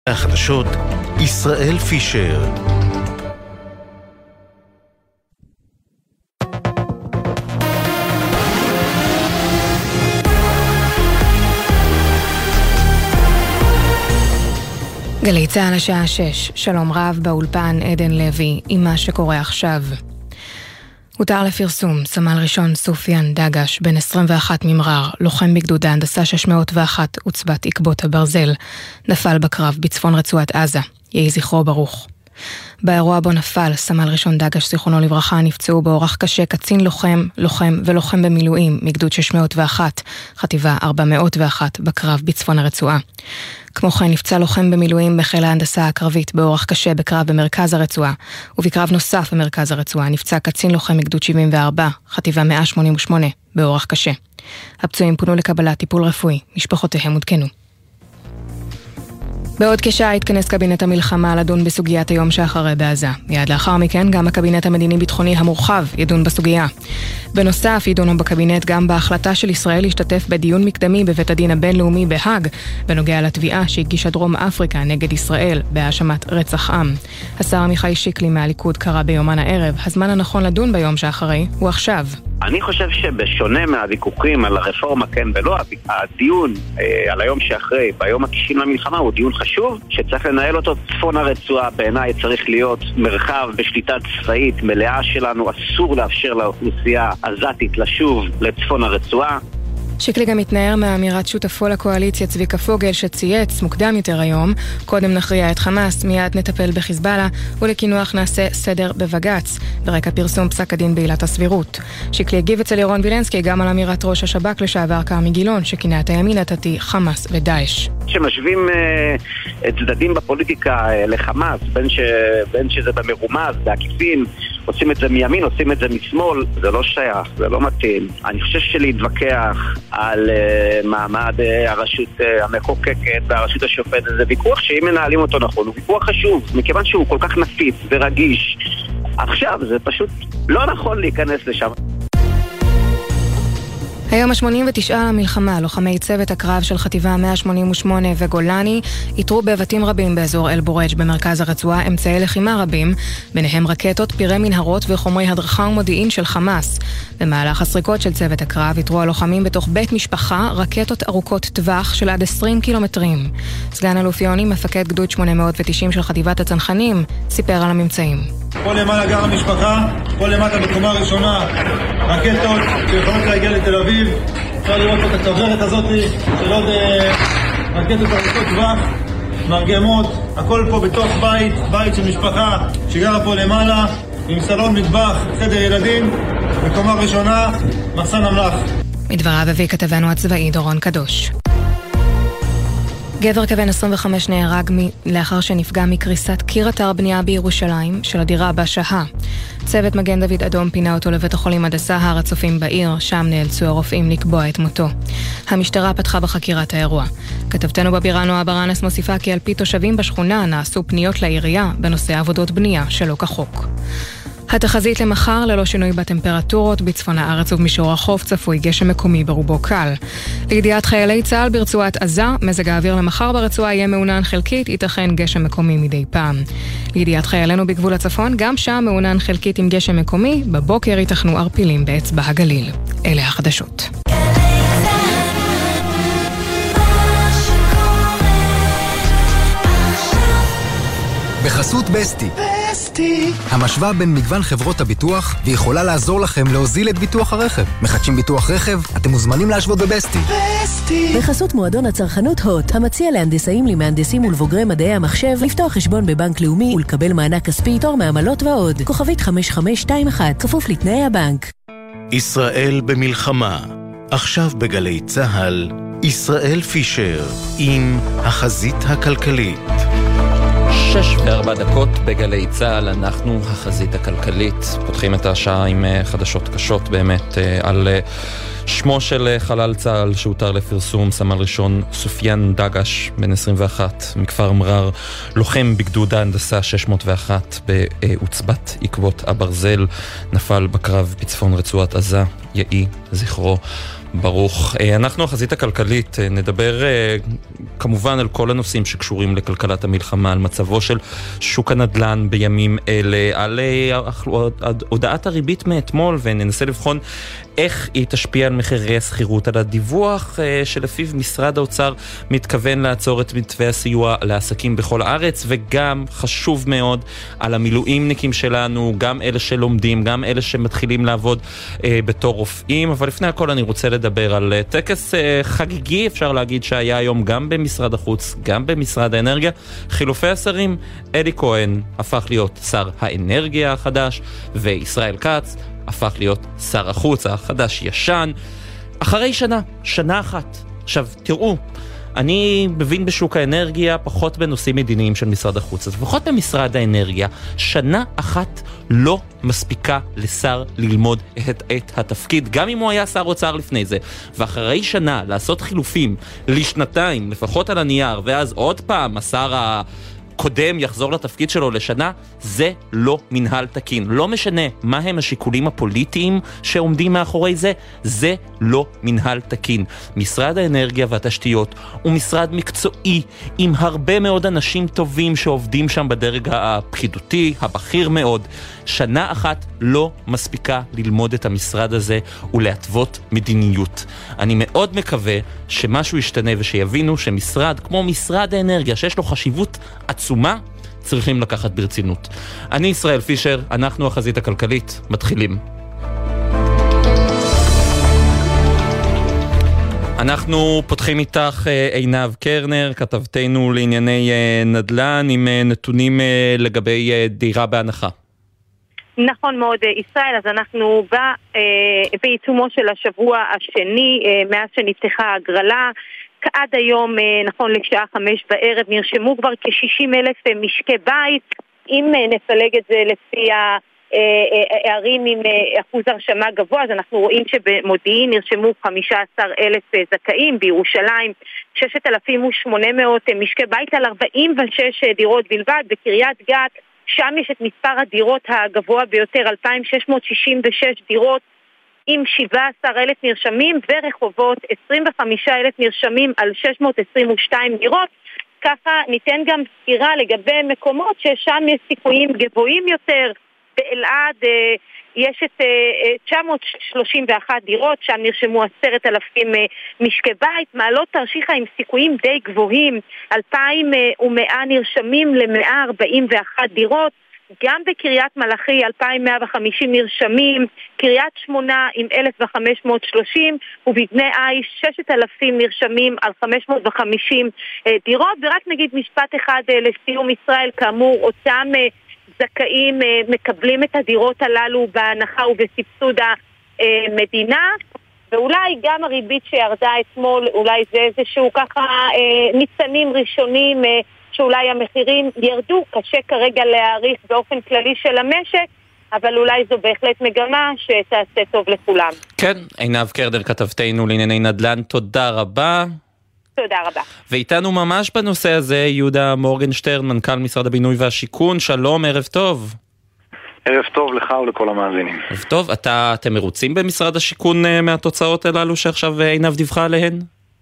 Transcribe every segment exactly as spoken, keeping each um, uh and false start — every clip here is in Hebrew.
החדשות, ישראל פישר. גלי צהל השעה שש, שלום רב באולפן עדן לוי עם מה שקורה עכשיו. הותר לפרסום סמל ראשון סופיאן דגש, בן עשרים ואחת ממרר, לוחם בגדוד ההנדסה שש מאות ואחת עוצבת עקבות הברזל, נפל בקרב בצפון רצועת עזה, יהי זכרו ברוך. באירוע בו נפל סמל ראשון דגש זיכרונו לברכה נפצעו באורח קשה קצין לוחם, לוחם ולוחם במילואים מגדוד שש מאות ואחת, חטיבה ארבע מאות ואחת בקרב בצפון הרצועה. כמו כן נפצע לוחם במילואים בחיל ההנדסה הקרבית באורח קשה בקרב במרכז הרצועה, ובקרב נוסף במרכז הרצועה נפצע קצין לוחם מגדוד שבעים וארבע, חטיבה מאה שמונים ושמונה באורח קשה. הפצועים פונו לקבלת טיפול רפואי, משפחותיהם עודכנו. בעוד כשעה התכנס קבינט המלחמה לדון בסוגיית היום שאחרי בעזה. מיד לאחר מכן גם הקבינט המדיני-ביטחוני המורחב ידון בסוגיה. בנוסף ידונו בקבינט גם בהחלטה של ישראל להשתתף בדיון מקדמי בבית הדין הבינלאומי בהאג, בנוגע לתביעה שהגישה דרום אפריקה נגד ישראל בהאשמת רצח עם. השר עמיחי שיקלי מהליכוד קרא ביומן הערב, הזמן הנכון לדון ביום שאחרי הוא עכשיו. אני חושב שבשונה מהוויכוחים על הרפורמה כן ולא, הדיון אה, על היום שאחרי, ביום ה-תשעים למלחמה, הוא דיון חשוב שצריך לנהל אותו. צפון הרצועה בעיניי צריך להיות מרחב בשליטה צבאית מלאה שלנו, אסור לאפשר לאוכלוסייה עזתית לשוב לצפון הרצועה. שיקלי גם מתנער מאמירת שותפו לקואליציה צביקה פוגל שצייץ מוקדם יותר היום, קודם נכריע את חמאס, מיד נטפל בחיזבאללה ולכינוח נעשה סדר בבג"ץ, ברקע פרסום פסק הדין בעילת הסבירות. שיקלי הגיב אצל ירון וילנסקי גם על אמירת ראש השב"כ לשעבר כרמי גילון שכינה את הימין הדתי חמאס ודאעש. שמשווים uh, צדדים בפוליטיקה uh, לחמאס, בין, ש... בין שזה במרומז, בעקיפין, עושים את זה מימין, עושים את זה משמאל, זה לא שייך, זה לא מתאים. אני חושב שלהתווכח על uh, מעמד uh, הרשות uh, המחוקקת והרשות השופטת, זה ויכוח שאם מנהלים אותו נכון, הוא ויכוח חשוב, מכיוון שהוא כל כך נפיץ ורגיש. עכשיו זה פשוט לא נכון להיכנס לשם. היום ה-שמונים ותשע למלחמה, לוחמי צוות הקרב של חטיבה מאה שמונים ושמונה וגולני איתרו בבתים רבים באזור אל בורג' במרכז הרצועה אמצעי לחימה רבים, ביניהם רקטות, פירי מנהרות וחומרי הדרכה ומודיעין של חמאס. במהלך הסריקות של צוות הקרב איתרו הלוחמים בתוך בית משפחה רקטות ארוכות טווח של עד עשרים קילומטרים. סגן אלוף יוני, מפקד גדוד שמונה מאות ותשעים של חטיבת הצנחנים, סיפר על הממצאים. פה למעלה גר המשפחה, פה למטה בקומה הראשונה רקטות שיכולות להגיע לתל אביב. אפשר לראות פה את הכוורת הזאת של עוד אה, רקטות ארוכות טווח, מרגמות, הכל פה בתוך בית, בית של משפחה שגרה פה למעלה עם סלון מטבח, חדר ילדים, בקומה ראשונה מחסן אמל"ח. מדבריו הביא כתבנו הצבאי דורון קדוש. גבר כבן עשרים וחמש נהרג מ... לאחר שנפגע מקריסת קיר אתר בנייה בירושלים של הדירה בה שהה. צוות מגן דוד אדום פינה אותו לבית החולים הדסה הר הצופים בעיר, שם נאלצו הרופאים לקבוע את מותו. המשטרה פתחה בחקירת האירוע. כתבתנו בבירה נועה ברנס מוסיפה כי על פי תושבים בשכונה נעשו פניות לעירייה בנושא עבודות בנייה שלא כחוק. התחזית למחר ללא שינוי בטמפרטורות, בצפון הארץ ובמישור החוף צפוי גשם מקומי ברובו קל. לידיעת חיילי צה"ל ברצועת עזה, מזג האוויר למחר ברצועה יהיה מעונן חלקית, ייתכן גשם מקומי מדי פעם. לידיעת חיילינו בגבול הצפון, גם שם מעונן חלקית עם גשם מקומי, בבוקר ייתכנו ערפילים באצבע הגליל. אלה החדשות. בחסות בסטי. בסטי. המשוואה בין מגוון חברות הביטוח ויכולה לעזור לכם להוזיל את ביטוח הרכב. מחדשים ביטוח רכב, אתם מוזמנים להשוות בבסטי. בסטי. בחסות מועדון הצרכנות הוט, המציע להנדסאים, למהנדסים ולבוגרי מדעי המחשב לפתוח חשבון בבנק לאומי ולקבל מענק כספי, תור מעמלות ועוד. כוכבית חמש חמש שתיים אחת, כפוף לתנאי הבנק. ישראל במלחמה. עכשיו בגלי צהל, ישראל פישר עם החזית הכלכלית. שש וארבע דקות בגלי צהל, אנחנו החזית הכלכלית. פותחים את השעה עם חדשות קשות באמת על שמו של חלל צהל שהותר לפרסום, סמל ראשון סופיאן דגש, בן עשרים ואחת, מכפר מרר, לוחם בגדוד ההנדסה שש מאות ואחת בעוצבת עקבות הברזל, נפל בקרב בצפון רצועת עזה, יהי זכרו ברוך. אנחנו החזית הכלכלית נדבר כמובן על כל הנושאים שקשורים לכלכלת המלחמה, על מצבו של שוק הנדל"ן בימים אלה, על הודעת הריבית מאתמול, וננסה לבחון איך היא תשפיע על מחירי הסחירות, על הדיווח שלפיו משרד האוצר מתכוון לעצור את מתווה הסיוע לעסקים בכל הארץ, וגם חשוב מאוד על המילואימניקים שלנו, גם אלה שלומדים, גם אלה שמתחילים לעבוד בתור רופאים. אבל לפני הכל אני רוצה לדבר על טקס חגיגי, אפשר להגיד, שהיה היום גם במשרד החוץ, גם במשרד האנרגיה. חילופי השרים, אלי כהן הפך להיות שר האנרגיה החדש, וישראל כץ הפך להיות שר החוץ החדש ישן, אחרי שנה, שנה אחת. עכשיו, תראו, אני מבין בשוק האנרגיה פחות בנושאים מדיניים של משרד החוץ, אז פחות במשרד האנרגיה, שנה אחת לא מספיקה לשר ללמוד את, את התפקיד, גם אם הוא היה שר אוצר לפני זה. ואחרי שנה לעשות חילופים לשנתיים, לפחות על הנייר, ואז עוד פעם השר ה... קודם יחזור לתפקיד שלו לשנה, זה לא מנהל תקין. לא משנה מה הם השיקולים הפוליטיים שעומדים מאחורי זה, זה לא מנהל תקין. משרד האנרגיה והתשתיות הוא משרד מקצועי, עם הרבה מאוד אנשים טובים שעובדים שם בדרג הפקידותי, הבכיר מאוד. שנה אחת לא מספיקה ללמוד את המשרד הזה ולהתוות מדיניות. אני מאוד מקווה שמשהו ישתנה ושיבינו שמשרד כמו משרד האנרגיה, שיש לו חשיבות עצומה, צריכים לקחת ברצינות. אני ישראל פישר, אנחנו החזית הכלכלית, מתחילים. אנחנו פותחים איתך עינב קרנר, כתבתנו לענייני נדל"ן, עם נתונים לגבי דירה בהנחה. נכון מאוד, ישראל. אז אנחנו בא, אה, בעיצומו של השבוע השני, אה, מאז שנפתחה ההגרלה. עד היום, אה, נכון לשעה חמש בערב, נרשמו כבר כ-שישים אלף אה, משקי בית. אם אה, נפלג את זה לפי הערים עם אה, אחוז הרשמה גבוה, אז אנחנו רואים שבמודיעין נרשמו חמישה עשר אלף אה, זכאים, בירושלים שישת אלפים ושמונה מאות אה, משקי בית על ארבעים ושש אה, דירות בלבד, בקריית גת שם יש את מספר הדירות הגבוה ביותר, אלפיים שש מאות שישים ושש דירות עם שבעה עשר אלף נרשמים, ורחובות עשרים וחמישה אלף נרשמים על שש מאות עשרים ושתיים דירות. ככה ניתן גם סקירה לגבי מקומות ששם יש סיכויים גבוהים יותר. באלעד אה, יש את אה, תשע מאות שלושים ואחת דירות, שם נרשמו עשרת אלפים אה, משקי בית. מעלות תרשיחא עם סיכויים די גבוהים, אלפיים ומאה נרשמים ל-מאה ארבעים ואחת דירות. גם בקריית מלאכי אלפיים מאה וחמישים נרשמים, קריית שמונה עם אלף וחמש מאות ושלושים, ובבני עיש ששת אלפים נרשמים על חמש מאות וחמישים אה, דירות. ורק נגיד משפט אחד אה, לסיום, ישראל, כאמור אותם אה, זכאים מקבלים את הדירות הללו בהנחה ובסבסוד המדינה, ואולי גם הריבית שירדה אתמול, אולי זה איזשהו ככה ניצנים ראשונים שאולי המחירים ירדו. קשה כרגע להעריך באופן כללי של המשק, אבל אולי זו בהחלט מגמה שתעשה טוב לכולם. כן, עינב קרנר, כתבתנו לענייני נדל"ן, תודה רבה. תודה רבה. ואיתנו ממש בנושא הזה יהודה מורגנשטרן, מנכ"ל משרד הבינוי והשיכון. שלום, ערב טוב. ערב טוב לך ולכל המאזינים. ערב טוב. אתה, אתם מרוצים במשרד השיכון מהתוצאות הללו שעכשיו עינב דיווחה עליהן?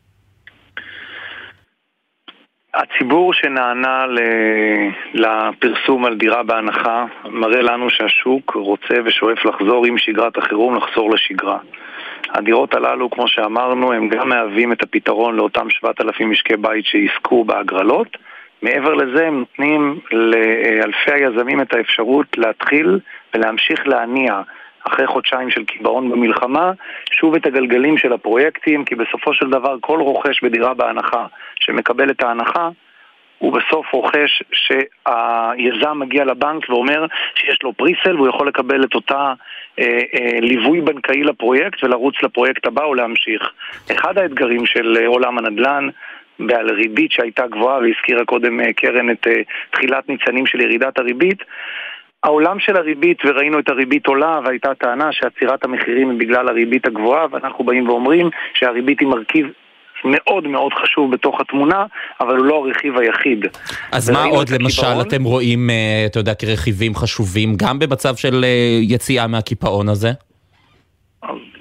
הציבור שנענה לפרסום על דירה בהנחה מראה לנו שהשוק רוצה ושואף לחזור עם שגרת החירום, לחזור לשגרה. הדירות הללו, כמו שאמרנו, הם גם מהווים את הפתרון לאותם שבעת אלפים משקי בית שיזכו בהגרלות. מעבר לזה הם נותנים לאלפי היזמים את האפשרות להתחיל ולהמשיך להניע אחרי חודשיים של קיבעון במלחמה שוב את הגלגלים של הפרויקטים, כי בסופו של דבר כל רוכש בדירה בהנחה שמקבל את ההנחה הוא בסוף רוכש שהיזם מגיע לבנק ואומר שיש לו פריסל והוא יכול לקבל את אותה אה, אה, ליווי בנקאי לפרויקט ולרוץ לפרויקט הבא או להמשיך. אחד האתגרים של אה, עולם הנדל"ן בעל ריבית שהייתה גבוהה, והזכירה קודם אה, קרן את אה, תחילת ניצנים של ירידת הריבית, העולם של הריבית, וראינו את הריבית עולה והייתה טענה שעצירת המחירים היא בגלל הריבית הגבוהה, ואנחנו באים ואומרים שהריבית היא מרכיב מאוד מאוד חשוב בתוך התמונה, אבל הוא לא הרכיב היחיד. אז מה עוד למשל הקיפאון? אתם רואים, אתה יודע, כרכיבים חשובים, גם במצב של יציאה מהקיפאון הזה?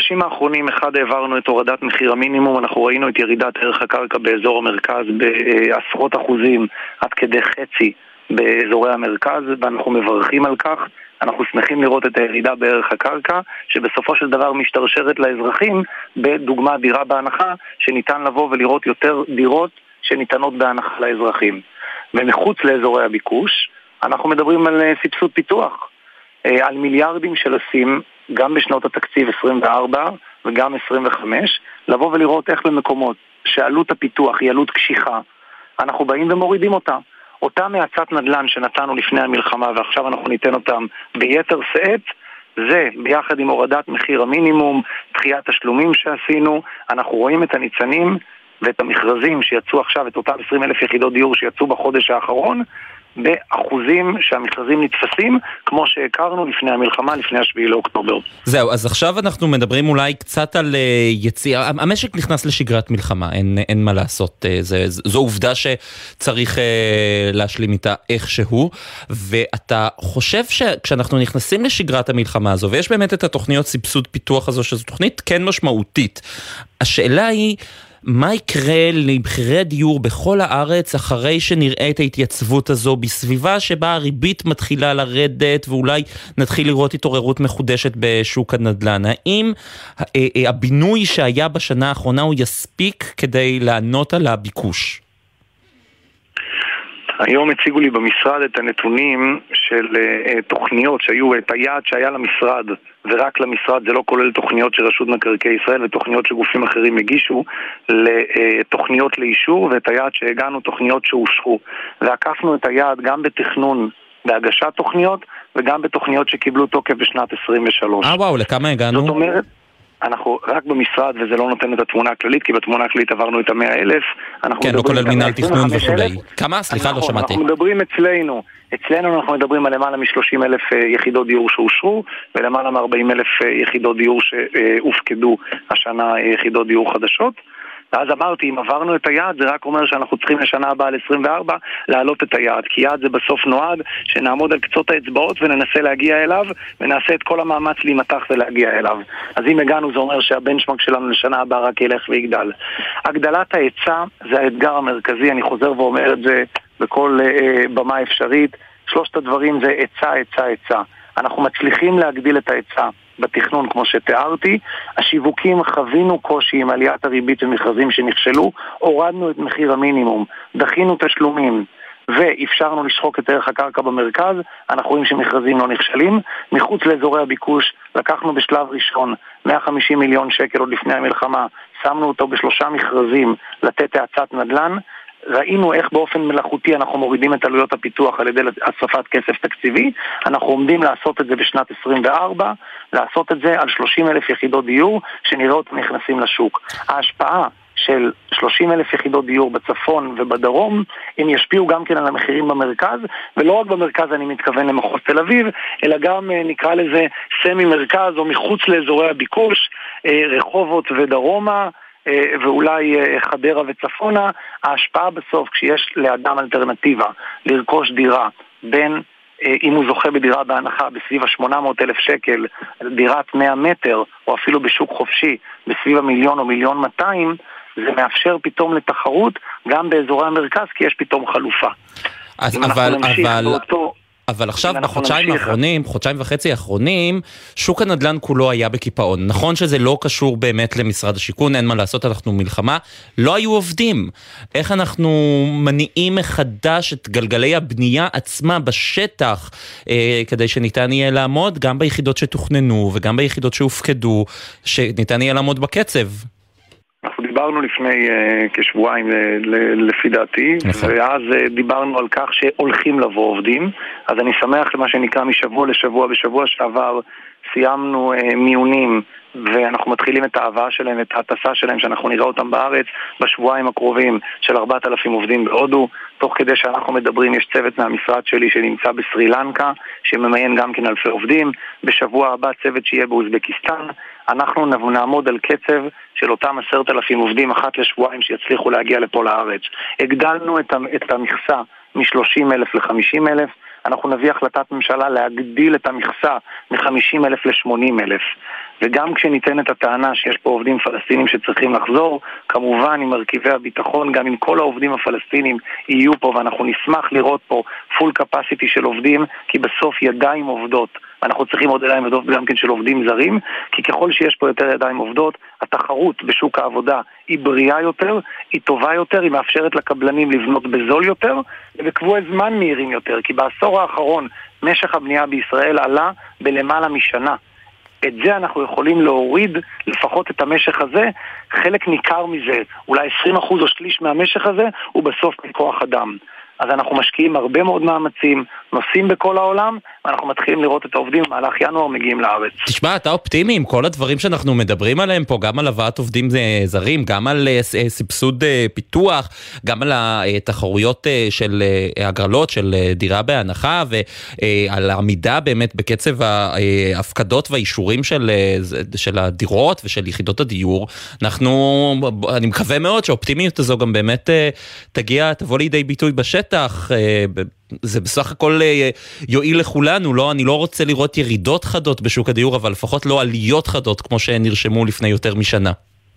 בחודשים האחרונים אחד העברנו את הורדת מחיר המינימום, אנחנו ראינו את ירידת ערך הקרקע באזור המרכז בעשרות אחוזים עד כדי חצי באזורי המרכז, ואנחנו מברכים על כך. אנחנו שמחים לראות את הירידה בערך הקרקע, שבסופו של דבר משתרשרת לאזרחים בדוגמה דירה בהנחה, שניתן לבוא ולראות יותר דירות שניתנות בהנחה לאזרחים. ומחוץ לאזורי הביקוש, אנחנו מדברים על סבסוד פיתוח, על מיליארדים של לשים, גם בשנות התקציב עשרים וארבע וגם עשרים וחמש, לבוא ולראות איך במקומות שעלות הפיתוח היא עלות קשיחה, אנחנו באים ומורידים אותה. אותה מהצעת נדל"ן שנתנו לפני המלחמה ועכשיו אנחנו ניתן אותם ביתר שאת, זה ביחד עם הורדת מחיר המינימום, דחיית תשלומים שעשינו, אנחנו רואים את הניצנים ואת המכרזים שיצאו עכשיו, את אותם עשרים אלף יחידות דיור שיצאו בחודש האחרון, באחוזים שהמכרזים נתפסים, כמו שהכרנו לפני המלחמה, לפני השביעי לאוקטובר. זהו, אז עכשיו אנחנו מדברים אולי קצת על יציאה, המשק נכנס לשגרת מלחמה, אין, אין מה לעשות, זה, זו עובדה שצריך להשלים איתה איכשהו, ואתה חושב שכשאנחנו נכנסים לשגרת המלחמה הזו, ויש באמת את התוכניות סבסוד פיתוח הזו, שזו תוכנית כן משמעותית, השאלה היא, מה יקרה למחירי הדיור בכל הארץ אחרי שנראה את ההתייצבות הזו בסביבה שבה הריבית מתחילה לרדת ואולי נתחיל לראות התעוררות מחודשת בשוק הנדל"ן? האם הבינוי שהיה בשנה האחרונה הוא יספיק כדי לענות על הביקוש? היום הציגו לי במשרד את הנתונים של uh, תוכניות שהיו, את היעד שהיה למשרד, ורק למשרד, זה לא כולל תוכניות של רשות מקרקעי ישראל ותוכניות שגופים אחרים הגישו, לתוכניות לאישור, ואת היעד שהגענו תוכניות שאושרו. ועקפנו את היעד גם בתכנון, בהגשת תוכניות, וגם בתוכניות שקיבלו תוקף בשנת עשרים ושלוש. אה וואו, לכמה הגענו? זאת אומרת, אנחנו רק במשרד, וזה לא נותן את התמונה הכללית, כי בתמונה הכללית עברנו את המאה אלף. כן, לא כולל מנהל תכנון וכולי. כמה? סליחה, לא שמעתי. אנחנו מדברים אצלנו, אצלנו אנחנו מדברים על למעלה מ-שלושים אלף יחידות דיור שאושרו, ולמעלה מ-ארבעים אלף יחידות דיור שהופקדו השנה יחידות דיור חדשות. ואז אמרתי, אם עברנו את היעד, זה רק אומר שאנחנו צריכים לשנה הבאה ל-עשרים וארבע להעלות את היעד, כי יעד זה בסוף נועד שנעמוד על קצות האצבעות וננסה להגיע אליו, ונעשה את כל המאמץ להימתח ולהגיע אליו. אז אם הגענו, זה אומר שהבנצ'מרק שלנו לשנה הבאה רק ילך ויגדל. הגדלת ההיצע זה האתגר המרכזי, אני חוזר ואומר את זה בכל אה, במה אפשרית. שלושת הדברים זה היצע, היצע, היצע. אנחנו מצליחים להגדיל את ההיצע בתכנון כמו שתיארתי, השיווקים חווינו קושי עם עליית הריבית ומכרזים שנכשלו, הורדנו את מחיר המינימום, דחינו תשלומים ואפשרנו לשחוק את ערך הקרקע במרכז, אנחנו רואים שמכרזים לא נכשלים. מחוץ לאזורי הביקוש לקחנו בשלב ראשון מאה וחמישים מיליון שקל עוד לפני המלחמה, שמנו אותו בשלושה מכרזים לתת האצת נדל"ן, ראינו איך באופן מלאכותי אנחנו מורידים את עלויות הפיתוח על ידי אספת כסף תקציבי. אנחנו עומדים לעשות את זה בשנת עשרים וארבע, לעשות את זה על שלושים אלף יחידות דיור שנראה אותם נכנסים לשוק. ההשפעה של שלושים אלף יחידות דיור בצפון ובדרום, הם ישפיעו גם כן על המחירים במרכז, ולא רק במרכז אני מתכוון למחוז תל אביב, אלא גם נקרא לזה סמי מרכז או מחוץ לאזורי הביקוש, רחובות ודרומה, ואולי חדרה וצפונה. ההשפעה בסוף כשיש לאדם אלטרנטיבה לרכוש דירה, בין אם הוא זוכה בדירה בהנחה בסביב ה-שמונה מאות אלף שקל, דירת מאה מטר, או אפילו בשוק חופשי בסביב המיליון או מיליון מאתיים, זה מאפשר פתאום לתחרות גם באזורי המרכז, כי יש פתאום חלופה. אז אבל, אבל... באותו... אבל עכשיו בחודשיים האחרונים, חודשיים וחצי האחרונים, שוק הנדל"ן כולו היה בקיפאון. נכון שזה לא קשור באמת למשרד השיכון, אין מה לעשות, אנחנו מלחמה, לא היו עובדים. איך אנחנו מניעים מחדש את גלגלי הבנייה עצמה בשטח, אה, כדי שניתן יהיה לעמוד גם ביחידות שתוכננו וגם ביחידות שהופקדו, שניתן יהיה לעמוד בקצב? אנחנו דיברנו לפני uh, כשבועיים ל- לפי דעתי, נכון. ואז uh, דיברנו על כך שהולכים לבוא עובדים, אז אני שמח למה שנקרא משבוע לשבוע. בשבוע שעבר סיימנו uh, מיונים, ואנחנו מתחילים את ההבאה שלהם, את ההטסה שלהם, שאנחנו נראה אותם בארץ בשבועיים הקרובים, של ארבעת אלפים עובדים בהודו. תוך כדי שאנחנו מדברים, יש צוות מהמשרד שלי שנמצא בסרי לנקה, שממיין גם כן אלפי עובדים. בשבוע הבא צוות שיהיה באוזבקיסטן. אנחנו נעמוד על קצב של אותם עשרת אלפים עובדים אחת לשבועיים שיצליחו להגיע לפה לארץ. הגדלנו את המכסה מ-שלושים אלף ל-חמישים אלף. אנחנו נביא החלטת ממשלה להגדיל את המכסה מ-חמישים אלף ל-שמונים אלף. וגם כשניתן את הטענה שיש פה עובדים פלסטינים שצריכים לחזור, כמובן עם מרכיבי הביטחון, גם עם כל העובדים הפלסטינים יהיו פה, ואנחנו נשמח לראות פה פול קפסיטי של עובדים, כי בסוף ידיים עובדות. אנחנו צריכים עוד ידיים עובדות גם כן של עובדים זרים, כי ככל שיש פה יותר ידיים עובדות, התחרות בשוק העבודה היא בריאה יותר, היא טובה יותר, היא מאפשרת לקבלנים לבנות בזול יותר, וקבועי זמן מהירים יותר, כי בעשור האחרון משך הבנייה בישראל עלה בלמעלה משנה. את זה אנחנו יכולים להוריד, לפחות את המשך הזה, חלק ניכר מזה, אולי עשרים אחוז או שליש מהמשך הזה, הוא בסוף כוח אדם. אז אנחנו משקיעים הרבה מאוד מאמצים, נוסעים בכל העולם, ואנחנו מתחילים לראות את העובדים במהלך ינואר מגיעים לארץ. תשמע, אתה אופטימי עם כל הדברים שאנחנו מדברים עליהם פה, גם על הבאת עובדים זרים, גם על סבסוד פיתוח, גם על התחרויות של הגרלות, של דירה בהנחה, ועל העמידה באמת בקצב ההפקדות והאישורים של, של הדירות ושל יחידות הדיור. אנחנו, אני מקווה מאוד שהאופטימיות הזו גם באמת תגיע, תבוא לידי ביטוי בשטח, זה בסך הכל יועיל לכולנו, לא, אני לא רוצה לראות ירידות חדות בשוק הדיור, אבל לפחות לא עליות חדות כמו שנרשמו לפני יותר משנה.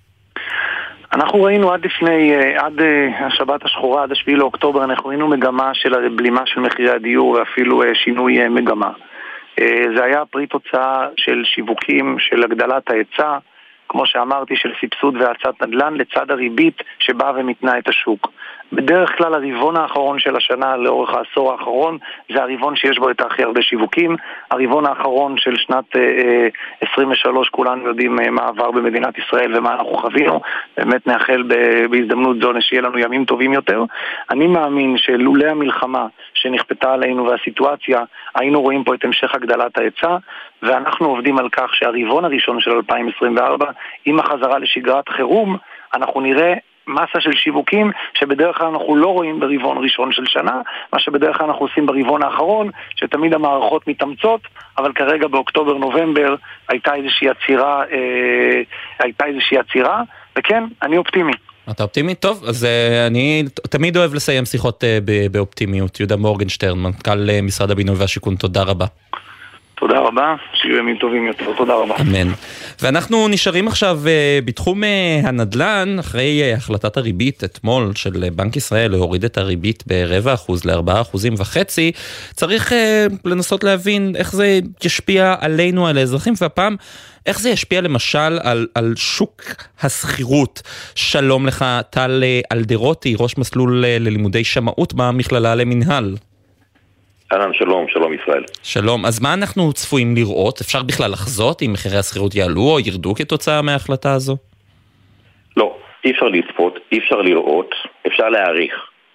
אנחנו ראינו עד לפני, עד השבת השחורה, עד השביעי לאוקטובר, אנחנו ראינו מגמה של בלימה של מחירי הדיור, ואפילו שינוי מגמה. זה היה פרי תוצאה של שיווקים, של הגדלת ההיצע, כמו שאמרתי, של סבסוד והצעת נדל"ן, לצד הריבית שבאה ומתנה את השוק. בדרך כלל הרבעון האחרון של השנה לאורך העשור האחרון זה הרבעון שיש בו את הכי הרבה שיווקים. הרבעון האחרון של שנת אה, עשרים ושלוש כולנו יודעים אה, מה עבר במדינת ישראל ומה אנחנו חווינו. באמת נאחל ב- בהזדמנות זו שיהיה לנו ימים טובים יותר. אני מאמין שלולא המלחמה שנכפתה עלינו והסיטואציה, היינו רואים פה את המשך הגדלת ההיצע, ואנחנו עובדים על כך שהרבעון הראשון של אלפיים עשרים וארבע, עם החזרה לשגרת חירום, אנחנו נראה מסה של שיווקים שבדרך כלל אנחנו לא רואים ברבעון ראשון של שנה, מה שבדרך כלל אנחנו עושים ברבעון האחרון, שתמיד המערכות מתאמצות, אבל כרגע באוקטובר נובמבר הייתה איזושהי עצירה, אה, הייתה איזושהי עצירה, וכן, אני אופטימי. אתה אופטימי? טוב, אז uh, אני תמיד אוהב לסיים שיחות uh, באופטימיות. יהודה מורגנשטרן, מנכ"ל uh, משרד הבינוי והשיכון, תודה רבה. תודה רבה, שיהיו ימים טובים יותר, תודה רבה. אמן. ואנחנו נשארים עכשיו uh, בתחום uh, הנדל"ן, אחרי uh, החלטת הריבית אתמול של uh, בנק ישראל להוריד את הריבית ברבע אחוז לארבעה אחוזים וחצי, צריך uh, לנסות להבין איך זה ישפיע עלינו, על האזרחים, והפעם איך זה ישפיע למשל על, על שוק הסחירות. שלום לך, טל אלדרוטי, ראש מסלול ללימודי שמאות במכללה למנהל. אהלן, שלום, שלום ישראל. שלום, אז מה אנחנו צפויים לראות? אפשר בכלל לחזות אם מחירי הסחירות יעלו או ירדו כתוצאה מההחלטה הזו? לא, אי אפשר לצפות, אי אפשר לראות, אפשר להעריך.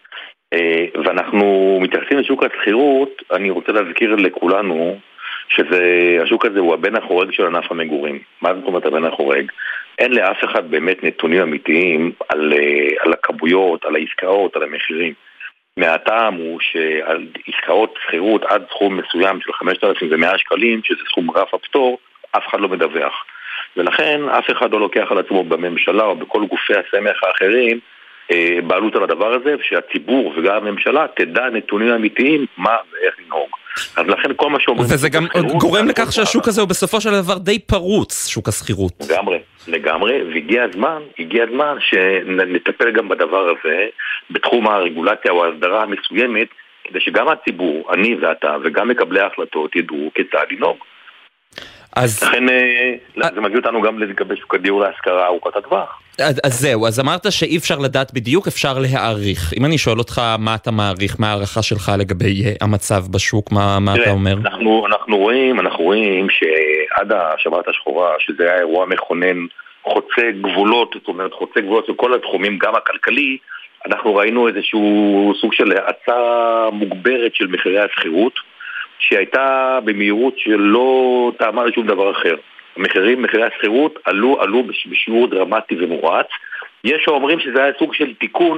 ואנחנו מתייחסים לשוק הסחירות, אני רוצה להזכיר לכולנו שהשוק הזה הוא הבן החורג של ענף המגורים. מה זאת אומרת הבן החורג? אין לאף אחד באמת נתונים אמיתיים על, על הכמויות, על העסקאות, על המחירים. מהטעם הוא שעל עסקאות סחירות עד סכום מסוים של חמשת אלפים ומאה שקלים, שזה סכום רף הפטור, אף אחד לא מדווח. ולכן אף אחד לא לוקח על עצמו בממשלה או בכל גופי הסמך האחרים בעלות על הדבר הזה, ושהציבור וגם הממשלה תדע נתונים אמיתיים מה ואיך לנהוג. אז לכן כל מה שאומרים... וזה גם גורם לכך שהשוק הזה הוא בסופו של דבר די פרוץ, שוק הסחירות. לגמרי, לגמרי, והגיע הזמן, הגיע הזמן שנטפל גם בדבר הזה, בתחום הרגולציה או ההסדרה המסוימת, כדי שגם הציבור, אני ואתה, וגם מקבלי ההחלטות ידעו כיצד לנהוג. אז... לכן זה מגיע אותנו גם לגבי שוק הדיור להשכרה ארוכת הטווח. אז זהו, אז אמרת שאי אפשר לדעת בדיוק, אפשר להעריך. אם אני שואל אותך מה אתה מעריך, מה הערכה שלך לגבי המצב בשוק, מה, מה אתה אומר? אנחנו, אנחנו רואים, אנחנו רואים שעד השבת השחורה, שזה היה אירוע מכונן חוצה גבולות, זאת אומרת חוצה גבולות בכל התחומים, גם הכלכלי, אנחנו ראינו איזשהו סוג של האצה מוגברת של מחירי הסחירות, שהייתה במהירות שלא טעמה לשום דבר אחר. המחירים, מחירי הסחירות עלו, עלו בשיעור דרמטי ומואץ. יש שאומרים שזה היה סוג של תיקון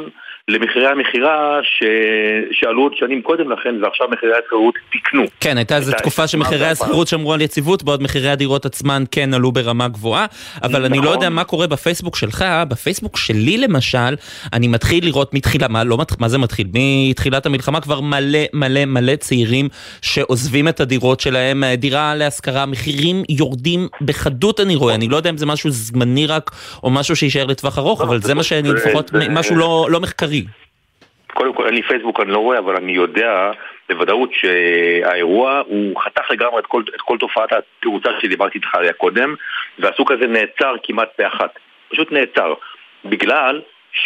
למחירי המחירה ש... שעלו עוד שנים קודם לכן, ועכשיו מחירי השכירות תקנו. כן, הייתה איזו תקופה שמחירי השכירות שמרו על יציבות, בעוד מחירי הדירות עצמן כן עלו ברמה גבוהה, אבל אני לא יודע מה קורה בפייסבוק שלך, בפייסבוק שלי למשל, אני מתחיל לראות מתחילה, מה, לא, מה זה מתחיל? מתחילת המלחמה כבר מלא מלא מלא צעירים שעוזבים את הדירות שלהם, דירה להשכרה, מחירים יורדים בחדות אני רואה, אני לא יודע אם זה משהו זמני רק, או משהו שישאר לטווח ארוך, אבל זה מה שאני לפחות, משהו לא, לא מחקרי. קודם כל, אין לי פייסבוק, אני לא רואה, אבל אני יודע בוודאות שהאירוע הוא חתך לגמרי את כל, את כל תופעת התירוצה שדיברתי איתך עליה קודם, והסוג הזה נעצר כמעט באחת. פשוט נעצר. בגלל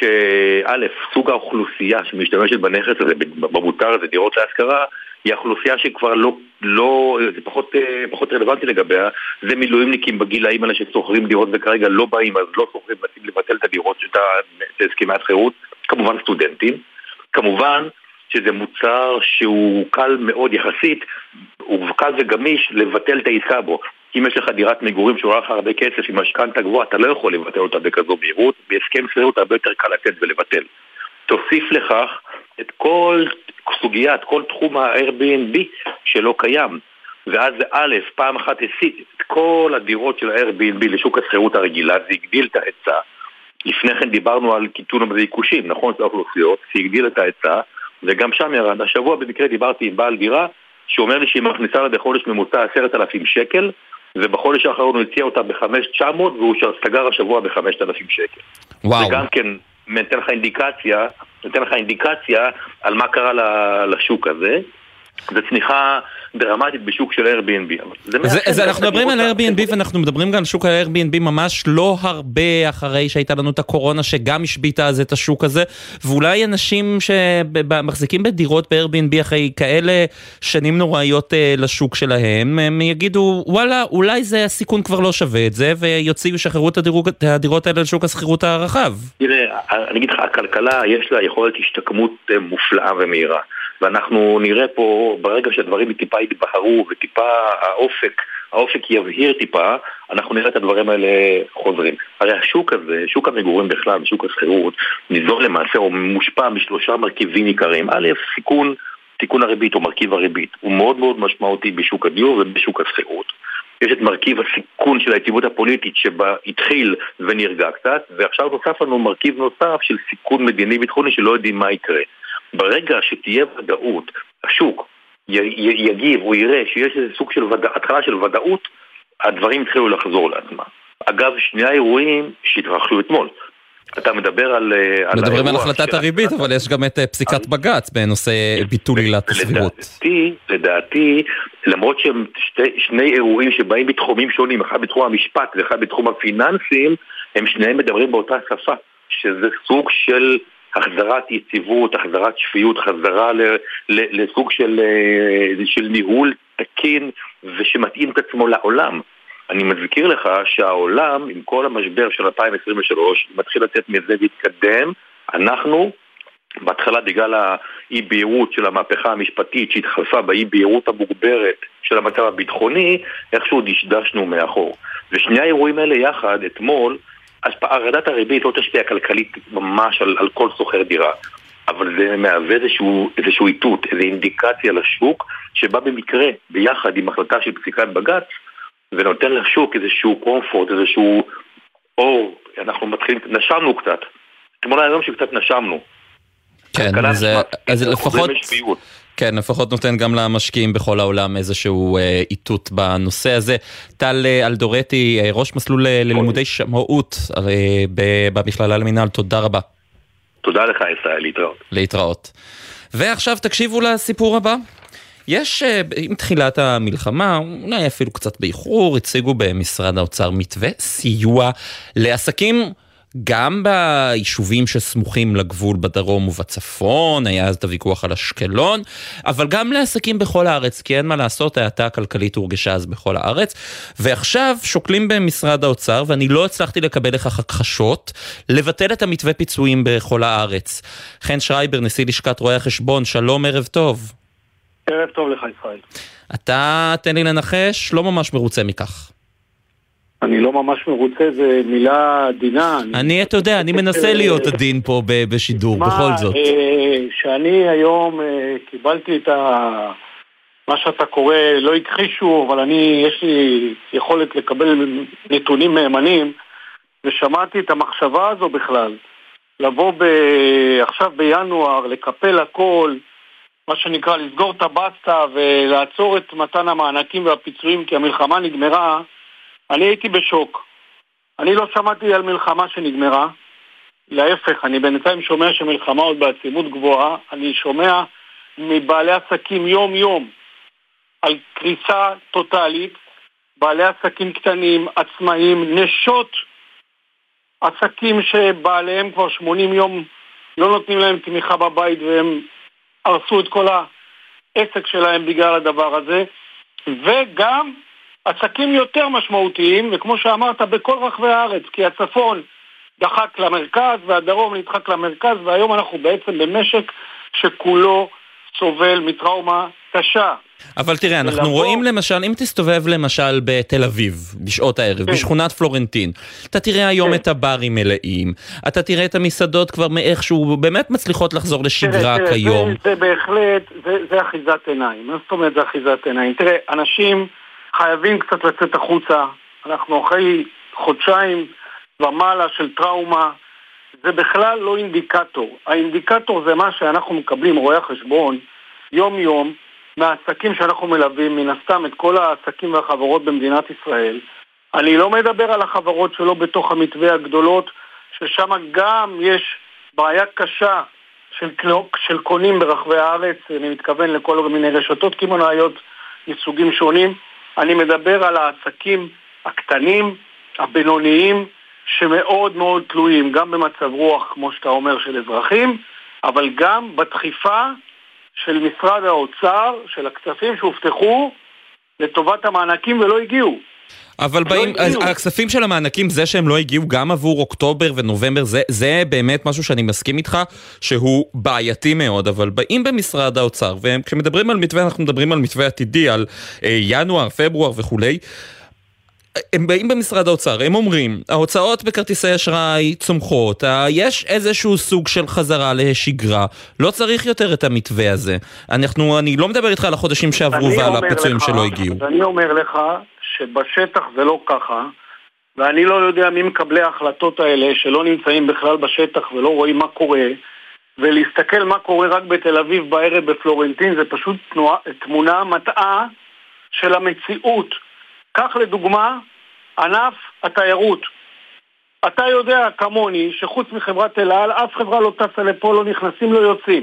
שא', סוג האוכלוסייה שמשתמשת בנכס הזה, במותר הזה, דירות להשכרה, היא האוכלוסייה שכבר לא, לא, זה פחות, פחות רלוונטי לגביה, זה מילואימניקים בגילאים האלה שסוחרים דירות וכרגע לא באים, אז לא סוחרים, מנסים לבטל את הדירות, את הסכמי השכירות, כמובן סטודנטים, כמובן שזה מוצר שהוא קל מאוד יחסית, הוא קל וגמיש לבטל את העסקה בו. אם יש לך דירת מגורים שעולה לך הרבה כסף עם משכנתא גבוהה, אתה לא יכול לבטל אותה בכזו מהירות, בהסכם שכירות הרבה יותר קל לתת ולבטל. תוסיף לכך את כל סוגיית, כל תחום ה-Airbnb שלא קיים, ואז זה א', פעם אחת הסיט את כל הדירות של ה-Airbnb לשוק השכירות הרגילה, זה הגדיל את ההיצע. לפני כן דיברנו על קיטון בביקושים, נכון, זה האוכלוסיות, זה הגדיל את ההיצע, וגם שם ירד. השבוע במקרה דיברתי עם בעל דירה, שאומר לי שהיא מכניסה לה בחודש ממוצע עשרת אלפים שקל, ובחודש האחרון הוא הציע אותה ב-חמש אלף תשע מאות, והוא סגר השבוע ב-חמשת אלפים שקל. וואו. וגם כן, נתן לך אינדיקציה, נתן לך אינדיקציה על מה קרה לשוק הזה. זה צניחה דרמטית בשוק של Airbnb. אז אנחנו מדברים על Airbnb ואנחנו מדברים גם על שוק ה-Airbnb ממש לא הרבה אחרי שהייתה לנו את הקורונה שגם השביטה אז את השוק הזה, ואולי אנשים שמחזיקים בדירות ב-Airbnb אחרי כאלה שנים נוראיות לשוק שלהם, הם יגידו וואלה אולי זה הסיכון כבר לא שווה את זה, ויוציאו שחררו את הדירות האלה לשוק השכירות הרחב. תראה, אני אגיד לך, הכלכלה יש לה יכולת השתקמות מופלאה ומהירה. ואנחנו נראה פה, ברגע שהדברים טיפה יתבהרו וטיפה האופק, האופק יבהיר טיפה, אנחנו נראה את הדברים האלה חוזרים. הרי השוק הזה, שוק המגורים בכלל, שוק השכירות, ניזון למעשה או מושפע משלושה מרכיבים עיקריים. א', סיכון, סיכון הריבית או מרכיב הריבית, הוא מאוד מאוד משמעותי בשוק הדיור ובשוק השכירות. יש את מרכיב הסיכון של היציבות הפוליטית שבה התחיל ונרגע קצת, ועכשיו נוסף לנו מרכיב נוסף של סיכון מדיני ביטחוני שלא יודעים מה יקרה. ברגע שתהיה ודאות, השוק יגיב או יראה שיש איזה סוג של ודא, התחלה של ודאות, הדברים התחילו לחזור לעצמם. אגב, שני האירועים שהתרחשו אתמול. אתה מדבר על... מדברים על החלטת הריבית, אבל יש גם את פסיקת בג"ץ בנושא ביטול עילת הסבירות. לדעתי, לדעתי, למרות שהם שני אירועים שבאים בתחומים שונים, אחד בתחום המשפט ואחד בתחום הפיננסים, הם שניהם מדברים באותה שפה, שזה סוג של... החזרת יציבות, החזרת שפיות, חזרה ל, ל, לסוג של, של ניהול תקין ושמתאים את עצמו לעולם. אני מזכיר לך שהעולם, עם כל המשבר של אלפיים עשרים ושלוש, מתחיל לצאת מזה והתקדם. אנחנו, בהתחלה בגלל האי-בהירות של המהפכה המשפטית שהתחלפה באי-בהירות המוגברת של המצב הביטחוני, איכשהו דשדשנו מאחור. ושני האירועים האלה יחד, אתמול, הרדת הריבית לא תשפיע כלכלית ממש על, על כל סוחר דירה, אבל זה מהווה איזשהו, איזשהו איתות, איזו אינדיקציה לשוק, שבא במקרה ביחד עם החלטה של פסיקת בג"ץ, ונותן לשוק איזשהו קומפורט, איזשהו אור, אנחנו מתחילים, נשמנו קצת, תמונה היום שקצת נשמנו. כן, זה, אז לפחות... כן, לפחות נותן גם למשקיעים בכל העולם איזשהו אה, איתות בנושא הזה. טל אלדורטי, אה, ראש מסלול ללימודי שמאות אה, במכללה למינהל, תודה רבה. תודה לך ישראל, להתראות. להתראות. ועכשיו תקשיבו לסיפור הבא. יש, אה, עם תחילת המלחמה, אולי אפילו קצת באיחור, הציגו במשרד האוצר מתווה סיוע לעסקים, גם ביישובים שסמוכים לגבול בדרום ובצפון, היה אז את הוויכוח על אשקלון, אבל גם לעסקים בכל הארץ, כי אין מה לעשות, ההאטה הכלכלית הורגשה אז בכל הארץ, ועכשיו שוקלים במשרד האוצר, ואני לא הצלחתי לקבל לכך הכחשות, לבטל את המתווה פיצויים בכל הארץ. חן שרייבר, נשיא לשכת רואי החשבון, שלום, ערב טוב. ערב טוב לך ישראל. אתה, תן לי לנחש, לא ממש מרוצה מכך. אני לא ממש מרוצה, זה מילה עדינה. אני, אתה יודע, אני מנסה להיות עדין פה בשידור, בכל זאת. שאני היום קיבלתי את ה... מה שאתה קורא, לא הכחישו, אבל אני, יש לי יכולת לקבל נתונים מהימנים, ושמעתי את המחשבה הזו בכלל. לבוא ב... עכשיו בינואר, לקפל הכל, מה שנקרא, לסגור את הבסטה ולעצור את מתן המענקים והפיצויים כי המלחמה נגמרה, אני הייתי בשוק. אני לא שמעתי על מלחמה שנגמרה. להפך, אני בינתיים שומע שמלחמה עוד בעצימות גבוהה. אני שומע מבעלי עסקים יום יום על קריסה טוטלית, בעלי עסקים קטנים, עצמאים, נשות עסקים שבעליהם כבר שמונים יום לא נותנים להם תמיכה בבית והם הרסו את כל העסק שלהם בגלל הדבר הזה, וגם עסקים יותר משמעותיים, וכמו שאמרת, בכל רחבי הארץ, כי הצפון דחק למרכז והדרום נדחק למרכז, והיום אנחנו בעצם במשק שכולו סובל מטראומה קשה. אבל תראה, אנחנו ולבוא... רואים למשל, אם תסתובב למשל בתל אביב, בשעות הערב, כן. בשכונת פלורנטין, אתה תראה היום כן. את הברים מלאים, אתה תראה את המסעדות כבר מאיכשהו, באמת מצליחות לחזור לשגרה תראה, כיום. זה, זה בהחלט, זה, זה אחיזת עיניים. מה זאת אומרת זה אחיזת עיניים? תראה, אנשים חייבים קצת לצאת החוצה, אנחנו אחרי חודשיים ומעלה של טראומה, זה בכלל לא אינדיקטור. האינדיקטור זה מה שאנחנו מקבלים, רואי החשבון, יום יום, מהעסקים שאנחנו מלווים, מן הסתם את כל העסקים והחברות במדינת ישראל. אני לא מדבר על החברות שלא בתוך המתווה הגדולות, ששם גם יש בעיה קשה של, של קונים ברחבי הארץ, אני מתכוון לכל מיני רשתות קמעונאיות מסוגים שונים. אני מדבר על העסקים הקטנים, הבינוניים, שמאוד מאוד תלויים, גם במצב רוח, כמו שאתה אומר, של אזרחים, אבל גם בדחיפה של משרד האוצר, של הכספים שהובטחו לטובת המענקים ולא הגיעו. אבל באים, הכספים של המענקים, זה שהם לא הגיעו גם עבור אוקטובר ונובמבר, זה, זה באמת משהו שאני מסכים איתך, שהוא בעייתי מאוד, אבל באים במשרד האוצר, וכשמדברים על מתווה, אנחנו מדברים על מתווה עתידי, על אה, ינואר, פברואר וכולי, הם באים במשרד האוצר, הם אומרים, ההוצאות בכרטיסי אשראי צומחות, יש איזשהו סוג של חזרה לשגרה, לא צריך יותר את המתווה הזה. אנחנו, אני לא מדבר איתך על החודשים שעברו ועל הפיצויים לך, שלא הגיעו. אני אומר לך שבשטח זה לא ככה, ואני לא יודע מי מקבלי ההחלטות האלה שלא נמצאים בכלל בשטח ולא רואים מה קורה, ולהסתכל מה קורה רק בתל אביב בערב בפלורנטין, זה פשוט תנועה, תמונה מטעה של המציאות. כך לדוגמה, ענף התיירות. אתה יודע כמוני שחוץ מחברת אל על, אף חברה לא טסה לפה, לא נכנסים, לא יוצאים.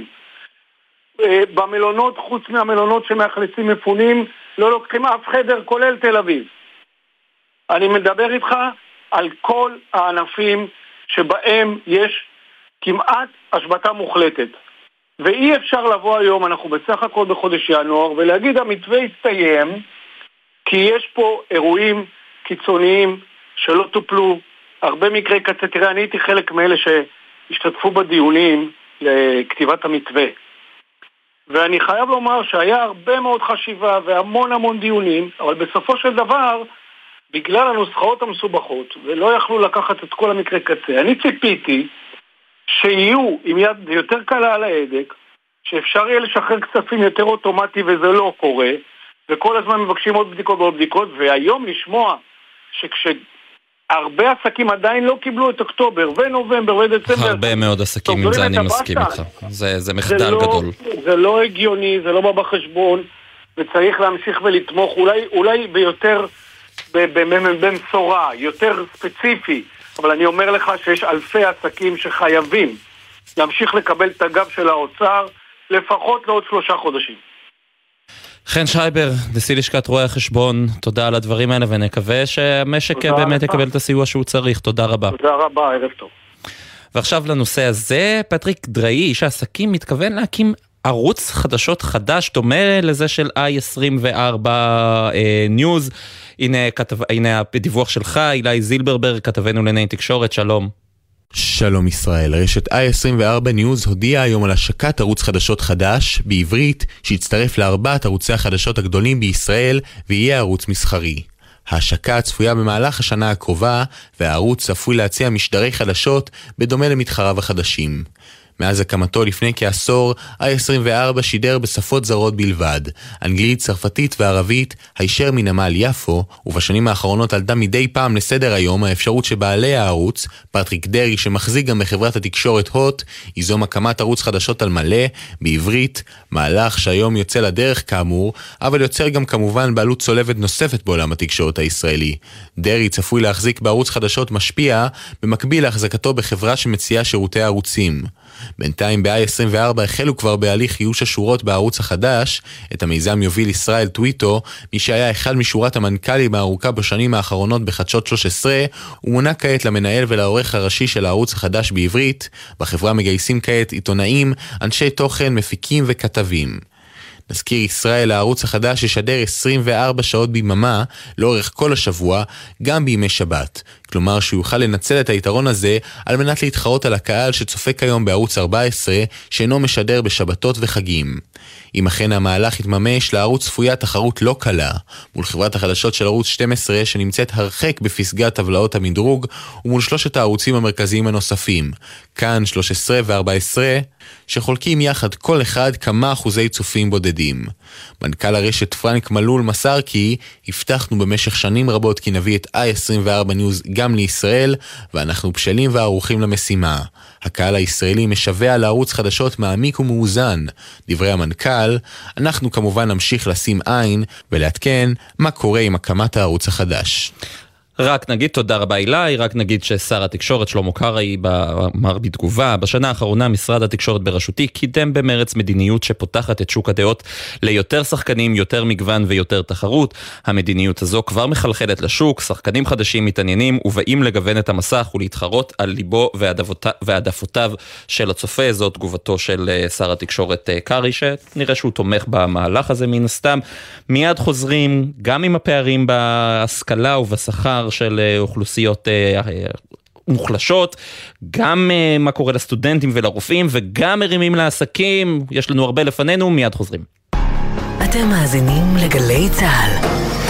במלונות, חוץ מהמלונות שמאכלסים מפונים, לא לוקחים אף חדר, כולל תל אביב. אני מדבר איתך על כל הענפים שבהם יש כמעט השבתה מוחלטת. ואי אפשר לבוא היום, אנחנו בסך הכל בחודש ינואר, ולהגיד המתווה יסתיים, כי יש פה אירועים קיצוניים שלא טופלו, הרבה מקרי קצה. תראה, אני הייתי חלק מאלה שהשתתפו בדיונים לכתיבת המתווה. ואני חייב לומר שהיה הרבה מאוד חשיבה והמון המון דיונים, אבל בסופו של דבר, בגלל הנוסחאות המסובכות, ולא יכלו לקחת את כל המקרי קצה, אני ציפיתי שיהיו עם יד יותר קלה על ההדק, שאפשר יהיה לשחרר כספים יותר אוטומטי וזה לא קורה, וכל הזמן מבקשים עוד בדיקות ועוד בדיקות, והיום לשמוע שכשהרבה עסקים עדיין לא קיבלו את אוקטובר ונובמבר ודצמבר, הרבה מאוד עסקים, עם זה אני מסכים איתך. זה, זה מחדל זה לא, גדול. זה לא הגיוני, זה לא בא בחשבון, וצריך להמשיך ולתמוך, אולי, אולי ביותר, במשורה, יותר ספציפי, אבל אני אומר לך שיש אלפי עסקים שחייבים להמשיך לקבל את הגב של האוצר, לפחות לעוד שלושה חודשים. חן שייבר, נשיא לשכת רואי החשבון, תודה על הדברים האלה, ונקווה שהמשק באמת יקבל את הסיוע שהוא צריך. תודה רבה. תודה רבה, ערב טוב. ועכשיו לנושא הזה, פטריק דראי, איש העסקים, מתכוון להקים ערוץ חדשות חדש, דומה לזה של איי עשרים וארבע ניוז. הנה, כתב, הנה הדיווח שלך, אילי זילברברג, כתבנו לענייני תקשורת, שלום. שלום ישראל, רשת איי עשרים וארבע ניוז הודיעה היום על השקת ערוץ חדשות חדש בעברית שהצטרף לארבעת ערוצי החדשות הגדולים בישראל ויהיה ערוץ מסחרי. ההשקה צפויה במהלך השנה הקרובה, והערוץ צפוי להציע משדרי חדשות בדומה למתחריו החדשים. מאז הקמתו לפני כעשור, איי עשרים וארבע שידר בשפות זרות בלבד, אנגלית, צרפתית וערבית, הישר מנמל יפו, ובשנים האחרונות עלתה מדי פעם לסדר היום האפשרות שבעלי הערוץ, פטריק דרי שמחזיק גם בחברת התקשורת הוט, ייזום הקמת ערוץ חדשות על מלא, בעברית, מהלך שהיום יוצא לדרך כאמור, אבל יוצר גם כמובן בעלות צולבת נוספת בעולם התקשורת הישראלי. דרי צפוי להחזיק בערוץ חדשות משפיע, במקביל להחזקתו בחברה שמציעה שירותי ערוצים. בינתיים ב-איי עשרים וארבע החלו כבר בהליך איוש השורות בערוץ החדש, את המיזם יוביל ישראל טוויטו, מי שהיה אחד משורת המנכ"לים הארוכה בשנים האחרונות בחדשות שלוש עשרה, ומונה כעת למנהל ולעורך הראשי של הערוץ החדש בעברית. בחברה מגייסים כעת עיתונאים, אנשי תוכן, מפיקים וכתבים. נזכיר, ישראל, הערוץ החדש ישדר עשרים וארבע שעות ביממה לאורך כל השבוע, גם בימי שבת. כלומר שהוא יוכל לנצל את היתרון הזה על מנת להתחרות על הקהל שצופה כיום בערוץ ארבע עשרה, שאינו משדר בשבתות וחגים. אם אכן המהלך יתממש, לערוץ צפויה תחרות לא קלה, מול חברת החדשות של ערוץ שתים עשרה שנמצאת הרחק בפסגת טבלאות המדרוג, ומול שלושת הערוצים המרכזיים הנוספים, כאן שלוש עשרה ו-ארבע עשרה, שחולקים יחד כל אחד כמה אחוזי צופים בודדים. מנכ"ל הרשת פרנק מלול מסר כי הבטחנו במשך שנים רבות כי נביא את איי עשרים וארבע ניוז גם לישראל, ואנחנו בשלים וערוכים למשימה. הקהל הישראלי משווה לערוץ חדשות מעמיק ומאוזן. דברי המנכ"ל, אנחנו כמובן נמשיך לשים עין ולעדכן מה קורה עם הקמת הערוץ החדש. רק נגיד תודה רבה אליי, רק נגיד ששר התקשורת שלמה קרעי אמר בתגובה, בשנה האחרונה משרד התקשורת בראשותי קידם במרץ מדיניות שפותחת את שוק הדעות ליותר שחקנים, יותר מגוון ויותר תחרות. המדיניות הזו כבר מחלחלת לשוק, שחקנים חדשים מתעניינים ובאים לגוון את המסך ולהתחרות על ליבו והעדפותיו של הצופה. זאת תגובתו של שר התקשורת קרעי, שנראה שהוא תומך במהלך הזה מן הסתם. מיד חוזרים גם עם הפערים בהשכלה ובשכר של אוכלוסיות מוחלשות, גם מה קורה לסטודנטים ולרופאים, וגם מרימים לעסקים. יש לנו הרבה לפנינו, מיד חוזרים. אתם מאזינים לגלי צהל.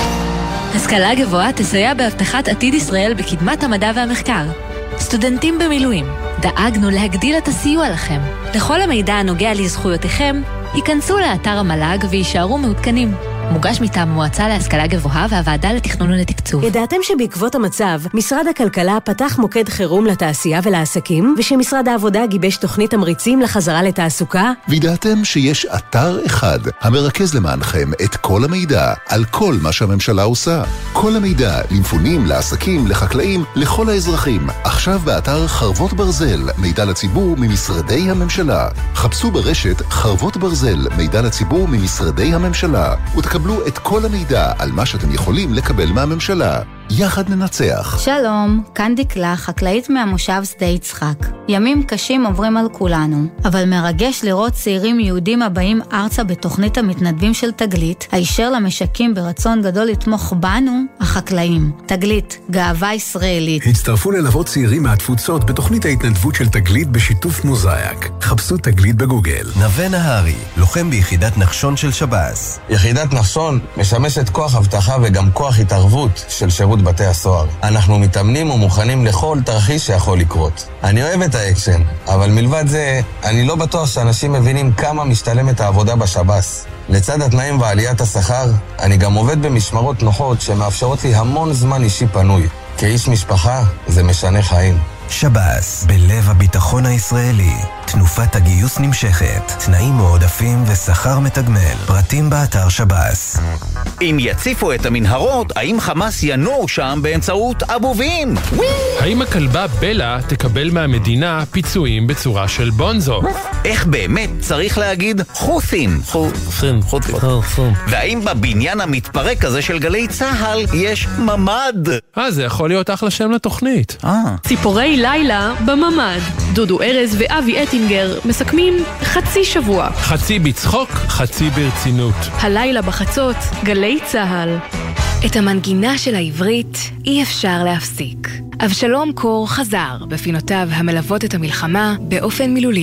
השכלה גבוהה תסייע בהבטחת עתיד ישראל בקדמת המדע והמחקר. סטודנטים במילואים, דאגנו להגדיל את הסיוע לכם. לכל המידע הנוגע לזכויותיכם, ייכנסו לאתר המל"ג ויישארו מעודכנים. מוגש מטעם המועצה להשכלה גבוהה והוועדה לתכנון ולתקצוב. ידעתם שבעקבות המצב, משרד הכלכלה פתח מוקד חירום לתעשייה ולעסקים, ושמשרד העבודה גיבש תוכנית תמריצים לחזרה לתעסוקה? וידעתם שיש אתר אחד המרכז למענכם את כל המידע על כל מה שהממשלה עושה. כל המידע למפונים, לעסקים, לחקלאים, לכל האזרחים. עכשיו באתר חרבות ברזל, מידע לציבור ממשרדי הממשלה. חפשו ברשת חרבות ברזל, מידע לציבור ממשרדי הממשלה, ותקבלו את כל המידע על מה שאתם יכולים לקבל מהממשלה. יחד ננצח. שלום, כאן דקלה, חקלאית מהמושב שדה יצחק. ימים קשים עוברים על כולנו, אבל מרגש לראות צעירים יהודים הבאים ארצה בתוכנית המתנדבים של תגלית, הישר למשקים ברצון גדול לתמוך בנו, החקלאים. תגלית, גאווה ישראלית. הצטרפו ללוות צעירים מהתפוצות בתוכנית ההתנדבות של תגלית בשיתוף מוזאיק. חפשו תגלית בגוגל. נווה נהרי, לוחם ביחידת נחשון של שב"ס. יחידת נחשון משמשת כוח הבטחה וגם כוח התערבות של שירות בתי הסוהר. אנחנו מתאמנים ומוכנים לכל תרחיש שיכול לקרות. אני אוהב את האקשן, אבל מלבד זה, אני לא בטוח שאנשים מבינים כמה משתלמת העבודה בשב"ס. לצד התנאים ועליית השכר, אני גם עובד במשמרות נוחות שמאפשרות לי המון זמן אישי פנוי. כאיש משפחה, זה משנה חיים. שב"ס, בלב הביטחון הישראלי. תנופת הגיוס נמשכת, תנאים מועדפים ושכר מתגמל. פרטים באתר שב"ס. אם יציפו את המנהרות, האם חמאס ינור שם באמצעות אבובים? האם הכלבה בלה תקבל מהמדינה פיצויים בצורה של בונזו? איך באמת צריך להגיד חות'ים? חות'ים, חות'ים. והאם בבניין המתפרק הזה של גלי צהל יש ממד? אה, זה יכול להיות אחלה שם לתוכנית. אה. ציפורי לילה בממד. דודו ארז ואבי אטינגר מסכמים חצי שבוע. חצי בצחוק, חצי ברצינות. הלילה בחצות, גלי צהל. את המנגינה של העברית אי אפשר להפסיק. אבשלום קור חזר בפינותיו המלוות את המלחמה באופן מילולי.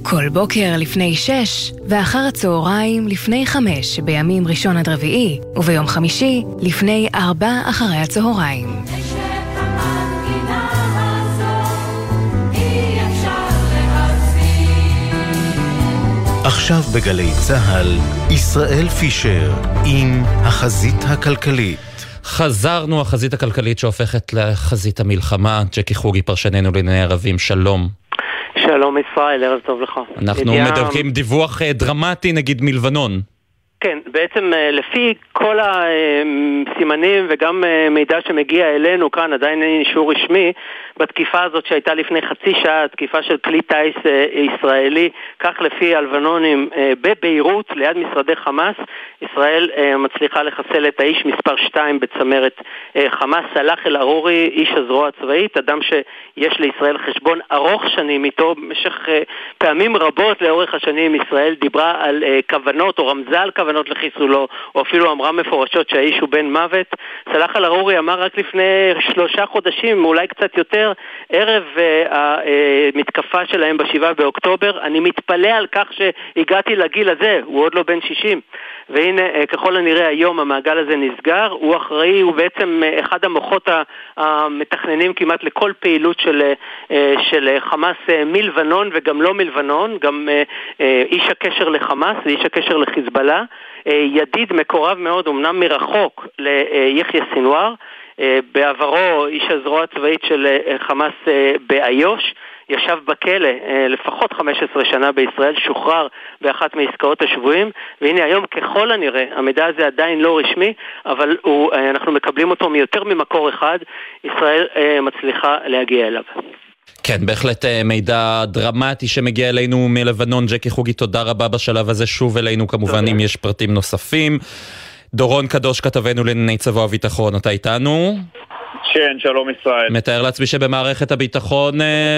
כל בוקר לפני שש, ואחר הצהריים לפני חמש, בימים ראשון עד רביעי, וביום חמישי לפני ארבע אחרי הצהריים. עכשיו בגלי צהל, ישראל פישר עם החזית הכלכלית. חזרנו, החזית הכלכלית שהופכת לחזית המלחמה. ג'קי חוגי, פרשננו לענייני ערבים, שלום. שלום ישראל, ערב טוב לך. אנחנו ידיעה... מדווחים דיווח דרמטי נגיד מלבנון. כן, בעצם לפי כל הסימנים וגם מידע שמגיע אלינו כאן, עדיין אין אישור רשמי, בתקיפה הזאת שהייתה לפני חצי שעה, תקיפה של כלי טייס ישראלי, כך לפי הלבנונים בביירות, ליד משרדי חמאס, ישראל מצליחה לחסל את האיש מספר שתיים בצמרת חמאס, סלאח אל-ערורי, איש הזרוע הצבאית, אדם שיש לישראל חשבון ארוך שנים איתו, במשך פעמים רבות לאורך השנים ישראל דיברה על כוונות או רמזה על כוונות לחיסולו, או אפילו אמרה מפורשות שהאיש הוא בן מוות. סלאח אל-ערורי אמר רק לפני שלושה חודשים, אולי קצת יותר, ערב המתקפה שלהם בשבעה באוקטובר, אני מתפלא על כך שהגעתי לגיל הזה, הוא עוד לא בן שישים, והנה ככל הנראה היום המעגל הזה נסגר. הוא אחראי, הוא בעצם אחד המוחות המתכננים כמעט לכל פעילות של, של חמאס מלבנון וגם לא מלבנון, גם איש הקשר לחמאס ואיש הקשר לחיזבאללה, ידיד מקורב מאוד, אמנם מרחוק, ליחיא סינואר, בעברו איש הזרוע הצבאית של חמאס באיו"ש, ישב בכלא לפחות חמש עשרה שנה בישראל, שוחרר באחת מעסקאות השבויים, והנה היום ככל הנראה, המידע הזה עדיין לא רשמי, אבל הוא, אנחנו מקבלים אותו מיותר ממקור אחד, ישראל מצליחה להגיע אליו. כן, בהחלט מידע דרמטי שמגיע אלינו מלבנון. ג'קי חוגי, תודה רבה בשלב הזה, שוב אלינו כמובן אם יש פרטים נוספים. דורון קדוש, כתבנו לענייני צבא וביטחון, אתה איתנו? כן, שלום ישראל. מתאר לעצמי שבמערכת הביטחון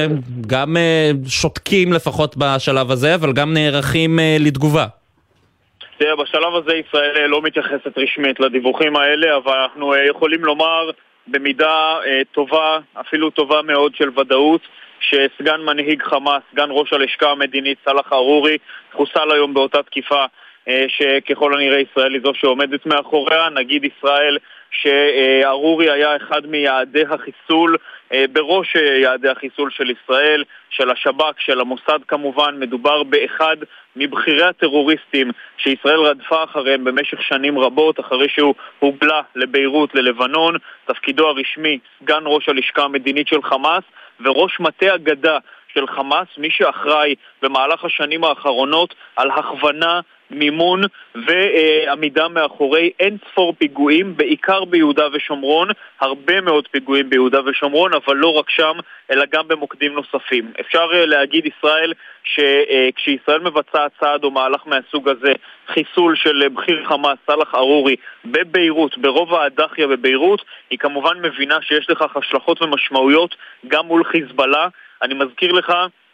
גם שותקים לפחות בשלב הזה, אבל גם נערכים לתגובה. תראה, בשלב הזה ישראל לא מתייחסת רשמית לדיווחים האלה, אבל אנחנו יכולים לומר במידה טובה, אפילו טובה מאוד של ודאות, שסגן מנהיג חמאס, סגן ראש הלשכה המדינית סלאח אל-ערורי, חוסל היום באותה תקיפה שככל הנראה ישראל היא זו שעומדת מאחוריה. נגיד ישראל שארורי היה אחד מיעדי החיסול, בראש יעדי החיסול של ישראל, של השב"כ, של המוסד כמובן. מדובר באחד מבחירי הטרוריסטים שישראל רדפה אחריהם במשך שנים רבות, אחרי שהוא הוגלה לביירות, ללבנון. תפקידו הרשמי סגן ראש הלשכה המדינית של חמאס וראש מטה הגדה של חמאס, מי שאחראי במהלך השנים האחרונות על הכוונה, מימון ועמידה מאחורי אין ספור פיגועים, בעיקר ביהודה ושומרון, הרבה מאוד פיגועים ביהודה ושומרון, אבל לא רק שם, אלא גם במוקדים נוספים. אפשר להגיד ישראל שכשישראל מבצעת צעד או מהלך מהסוג הזה, חיסול של בכיר חמאס סלאח אל-ערורי בביירות, ברובע הדחיה בביירות, היא כמובן מבינה שיש לכך השלכות ומשמעויות גם מול חיזבאללה. אני מזכיר לך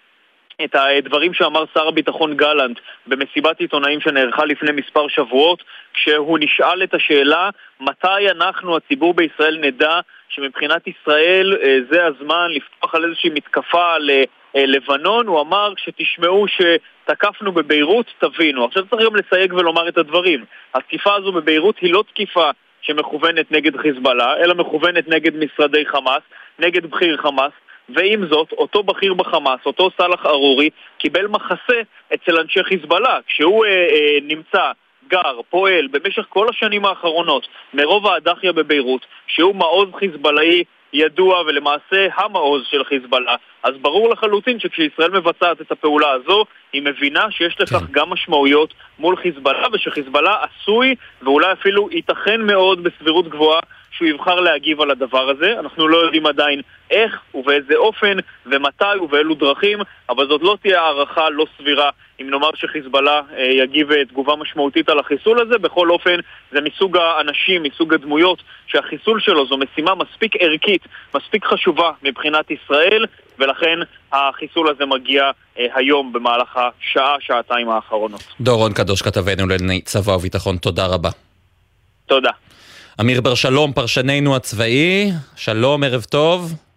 את הדברים שאמר שר הביטחון גלנט במסיבת עיתונאים שנערכה לפני מספר שבועות, כשהוא נשאל את השאלה מתי אנחנו, הציבור בישראל, נדע שמבחינת ישראל זה הזמן לפתוח על איזושהי מתקפה ללבנון. הוא אמר כשתשמעו שתקפנו בביירות תבינו. עכשיו צריך גם לסייג ולומר את הדברים. התקיפה הזו בביירות היא לא תקיפה שמכוונת נגד חיזבאללה, אלא מכוונת נגד משרדי חמאס, נגד בכיר חמאס. ועם זאת, אותו בכיר בחמאס, אותו סלאח אל-ערורי, קיבל מחסה אצל אנשי חיזבאללה, כשהוא אה, אה, נמצא, גר, פועל, במשך כל השנים האחרונות, מרובע הדחיה בביירות, שהוא מעוז חיזבאללאי ידוע ולמעשה המעוז של חיזבאללה, אז ברור לחלוטין שכשישראל מבצעת את הפעולה הזו, היא מבינה שיש לכך גם משמעויות מול חיזבאללה, ושחיזבאללה עשוי, ואולי אפילו ייתכן מאוד בסבירות גבוהה, שהוא יבחר להגיב על הדבר הזה. אנחנו לא יודעים עדיין איך ובאיזה אופן ומתי ובאילו דרכים, אבל זאת לא תהיה הערכה לא סבירה אם נאמר שחיזבאללה אה, יגיב תגובה משמעותית על החיסול הזה. בכל אופן זה מסוג האנשים, מסוג הדמויות שהחיסול שלו זו משימה מספיק ערכית, מספיק חשובה מבחינת ישראל, ולכן החיסול הזה מגיע אה, היום במהלך השעה, שעתיים האחרונות. דורון קדוש, כתבנו לענייני צבא וביטחון, תודה רבה. תודה. אמיר בר שלום, פרשננו הצבאי, שלום, ערב טוב.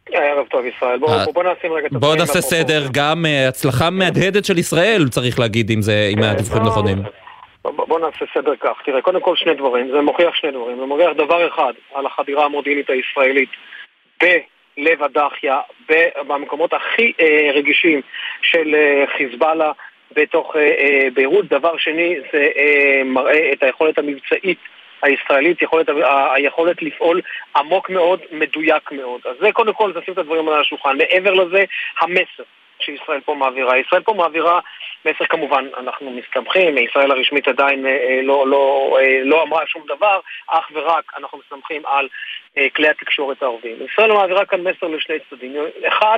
ערב טוב ישראל, בואו בוא נשים רגע את הדברים. בואו נעשה סדר, גם הצלחה מהדהדת של ישראל, צריך להגיד, אם הדיווחים נכונים. בואו נעשה סדר כך, תראה, קודם כל שני דברים, זה מוכיח שני דברים, זה מוכיח דבר אחד על החדירה המודיעינית הישראלית בלב הדחיה, במקומות הכי רגישים של חיזבאללה בתוך ביירות. דבר שני, זה מראה את היכולת המבצעית הישראלית, יכולת, היכולת לפעול עמוק מאוד, מדויק מאוד. אז זה קודם כל, נשים את הדברים על השולחן. מעבר לזה, המסר שישראל פה מעבירה. ישראל פה מעבירה מסר, כמובן, אנחנו מסתמכים, ישראל הרשמית עדיין אה, לא, לא, אה, לא אמרה שום דבר, אך ורק אנחנו מסתמכים על אה, כלי התקשורת הערביים. ישראל מעבירה כאן מסר לשני צדדים. אחד,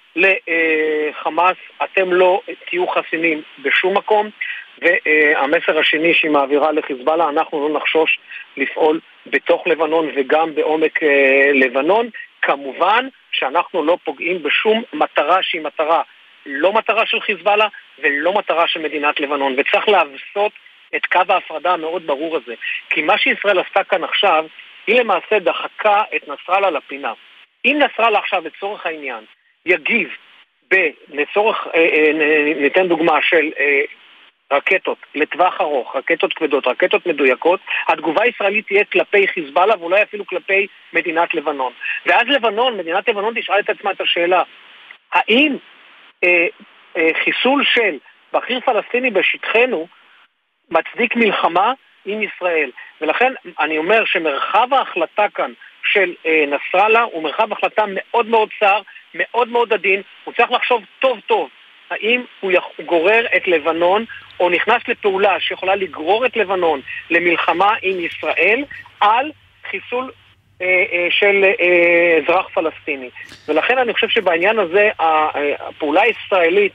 לחמאס, אתם לא תהיו חסינים בשום מקום, והמסר השני שהיא מעבירה לחיזבאללה, אנחנו לא נחשוש לפעול בתוך לבנון וגם בעומק לבנון. כמובן שאנחנו לא פוגעים בשום מטרה שהיא מטרה, לא מטרה של חיזבאללה ולא מטרה של מדינת לבנון, וצריך להבסות את קו ההפרדה המאוד ברור הזה, כי מה שישראל עשתה כאן עכשיו, היא למעשה דחקה את נסראללה לפינה. אם נסראללה עכשיו לצורך העניין יגיב לצורך, ניתן דוגמה של רקטות לטווח ארוך, רקטות כבדות, רקטות מדויקות, התגובה הישראלית תהיה כלפי חיזבאללה ואולי אפילו כלפי מדינת לבנון. ואז לבנון, מדינת לבנון תשאל את עצמה את השאלה, האם אה, אה, חיסול של בכיר פלסטיני בשטחנו מצדיק מלחמה עם ישראל? ולכן אני אומר שמרחב ההחלטה כאן של אה, נסראללה הוא מרחב החלטה מאוד מאוד צר, מאוד מאוד עדין, הוא צריך לחשוב טוב טוב האם הוא גורר את לבנון או נכנס לפעולה שיכולה לגרור את לבנון למלחמה עם ישראל על חיסול אה, אה, של אה, אזרח פלסטיני. ולכן אני חושב שבעניין הזה הפעולה הישראלית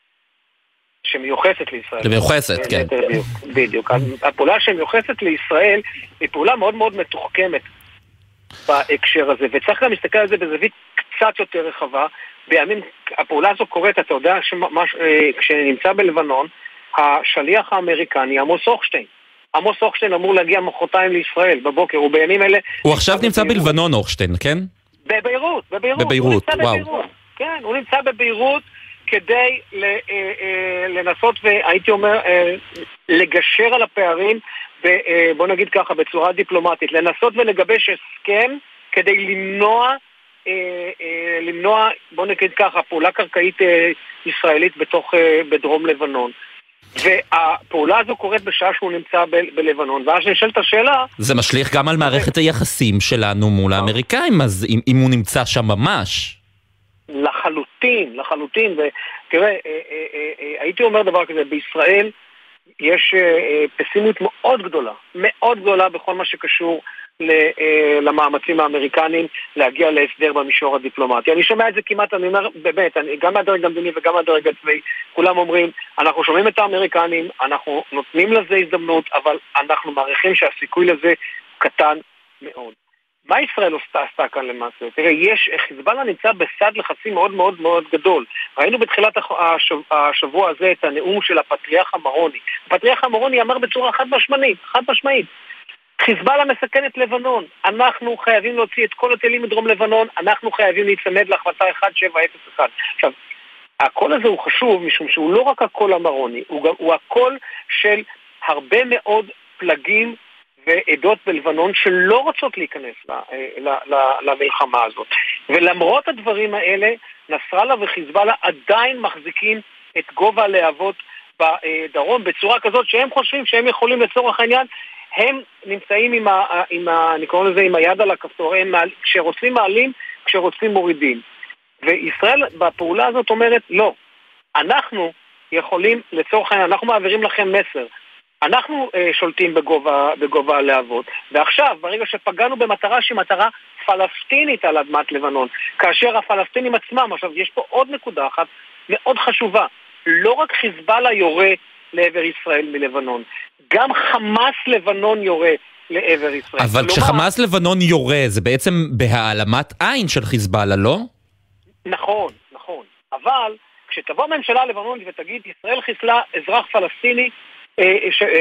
שמיוחסת לישראל. מיוחסת, כן. בדיוק, בדיוק. הפעולה שמיוחסת לישראל היא פעולה מאוד מאוד מתוחכמת בהקשר הזה, וצריך גם להסתכל על זה בזווית קצת יותר רחבה. בימים, הפעולה הזו קורית, אתה יודע, שמש, כשנמצא בלבנון, השליח האמריקני, עמוס הוכשטיין. עמוס הוכשטיין אמור להגיע מחרתיים לישראל בבוקר, ובימים אלה... הוא עכשיו נמצא בלבנון, הוכשטיין, כן? בביירות, בביירות. בביירות, וואו. בביירות. כן, הוא נמצא בביירות כדי לנסות, והייתי אומר, לגשר על הפערים, בוא נגיד ככה, בצורה דיפלומטית, לנסות ולגבש הסכם כדי למנוע... למנוע, בוא נגיד ככה, פעולה קרקעית ישראלית בתוך, בדרום לבנון. והפעולה הזו קורית בשעה שהוא נמצא ב- בלבנון, ואז נשאלת השאלה... זה משליך גם על מערכת היחסים שלנו מול האמריקאים, אז אם, אם הוא נמצא שם ממש... לחלוטין, לחלוטין, ותראה, הייתי אומר דבר כזה, בישראל יש פסימיות מאוד גדולה, מאוד גדולה בכל מה שקשור למאמצים האמריקנים להגיע להסדר במישור הדיפלומטי. אני שומע את זה כמעט, אני אומר, באמת, אני, גם מהדרג המדיני וגם מהדרג הצבאי, כולם אומרים, אנחנו שומעים את האמריקנים, אנחנו נותנים לזה הזדמנות, אבל אנחנו מעריכים שהסיכוי לזה קטן מאוד. מה ישראל עשתה, עשתה כאן למעשה? תראה, יש, חיזבאללה נמצא בסד לחצים מאוד מאוד מאוד גדול. ראינו בתחילת השבוע, השבוע הזה את הנאום של הפטריארך המרוני. הפטריארך המרוני אמר בצורה חד משמעית, חד משמעית, חיזבאללה מסכן את לבנון, אנחנו חייבים להוציא את כל הטילים מדרום לבנון, אנחנו חייבים להצמד להחלטה אחת שבע אפס אחת. עכשיו, הקול הזה הוא חשוב משום שהוא לא רק הקול המרוני, הוא, גם, הוא הקול של הרבה מאוד פלגים ועדות בלבנון שלא רוצות להיכנס ל, ל, ל, למלחמה הזאת. ולמרות הדברים האלה, נסראללה וחיזבאללה עדיין מחזיקים את גובה הלהבות בדרום בצורה כזאת שהם חושבים שהם יכולים לצורך העניין, הם נמצאים עם, ה, עם, ה, אני קורא לזה, עם היד על הכפתור, הם מעל, כשרוצים מעלים, כשרוצים מורידים. וישראל בפעולה הזאת אומרת, לא, אנחנו יכולים לצורך העניין, אנחנו מעבירים לכם מסר, אנחנו אה, שולטים בגובה, בגובה הלהבות, ועכשיו, ברגע שפגענו במטרה שהיא מטרה פלסטינית על אדמת לבנון, כאשר הפלסטינים עצמם, עכשיו יש פה עוד נקודה אחת מאוד חשובה, לא רק חיזבאללה יורה לעבר ישראל מלבנון, גם חמאס לבנון יורה לעבר ישראל. אבל כשחמאס לבנון יורה, זה בעצם בהעלמת עין של חיזבאללה, לא? נכון, נכון. אבל כשתבוא ממשלה לבנונית ותגיד, ישראל חיסלה אזרח פלסטיני,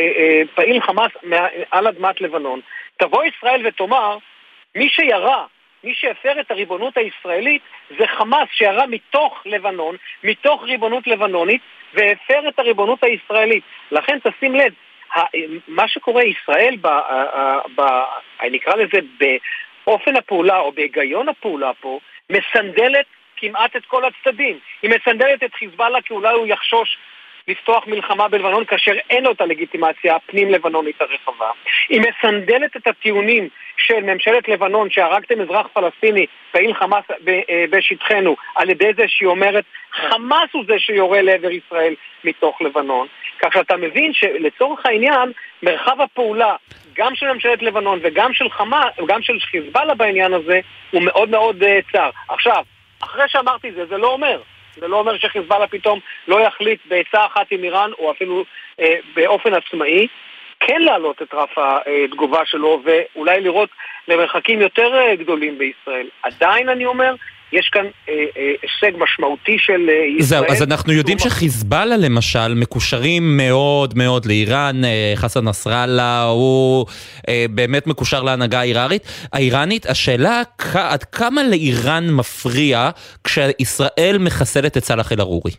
פעיל חמאס על אדמת לבנון, תבוא ישראל ותאמר, מי שירה מי שהפר את הריבונות הישראלית זה חמאס שירה מתוך לבנון, מתוך ריבונות לבנונית, והפר את הריבונות הישראלית. לכן תשים לב, מה שקורה ישראל, ב, ב, אני נקרא לזה באופן הפעולה או בהיגיון הפעולה פה, מסנדלת כמעט את כל הצדדים. היא מסנדלת את חיזבאללה כי אולי הוא יחשוש לפתוח מלחמה בלבנון כאשר אין לו את הלגיטימציה הפנים לבנונית הרחבה. היא מסנדלת את הטיעונים של ממשלת לבנון שהרגתם אזרח פלסטיני פעיל חמאס בשטחנו על ידי זה שהיא אומרת חמאס הוא זה שיורה לעבר ישראל מתוך לבנון. כך שאתה מבין שלצורך העניין מרחב הפעולה גם של ממשלת לבנון וגם של חמאס וגם של חיזבאללה בעניין הזה הוא מאוד מאוד uh, צר. עכשיו, אחרי שאמרתי זה, זה לא אומר זה לא אומר שחיזבאללה פתאום לא יחליט בעצה אחת עם איראן או אפילו אה, באופן עצמאי כן להעלות את רף התגובה שלו ואולי לראות למרחקים יותר אה, גדולים בישראל. עדיין אני אומר יש כאן אה, אה, הישג משמעותי של אה, ישראל. זהו, אז אנחנו יודעים שחיזבאללה למשל מקושרים מאוד מאוד לאיראן, אה, חסן נסראללה הוא אה, באמת מקושר להנהגה האיראנית. האיראנית, השאלה עד כמה לאיראן מפריע כשישראל מחסלת את סלאח אל-עארורי?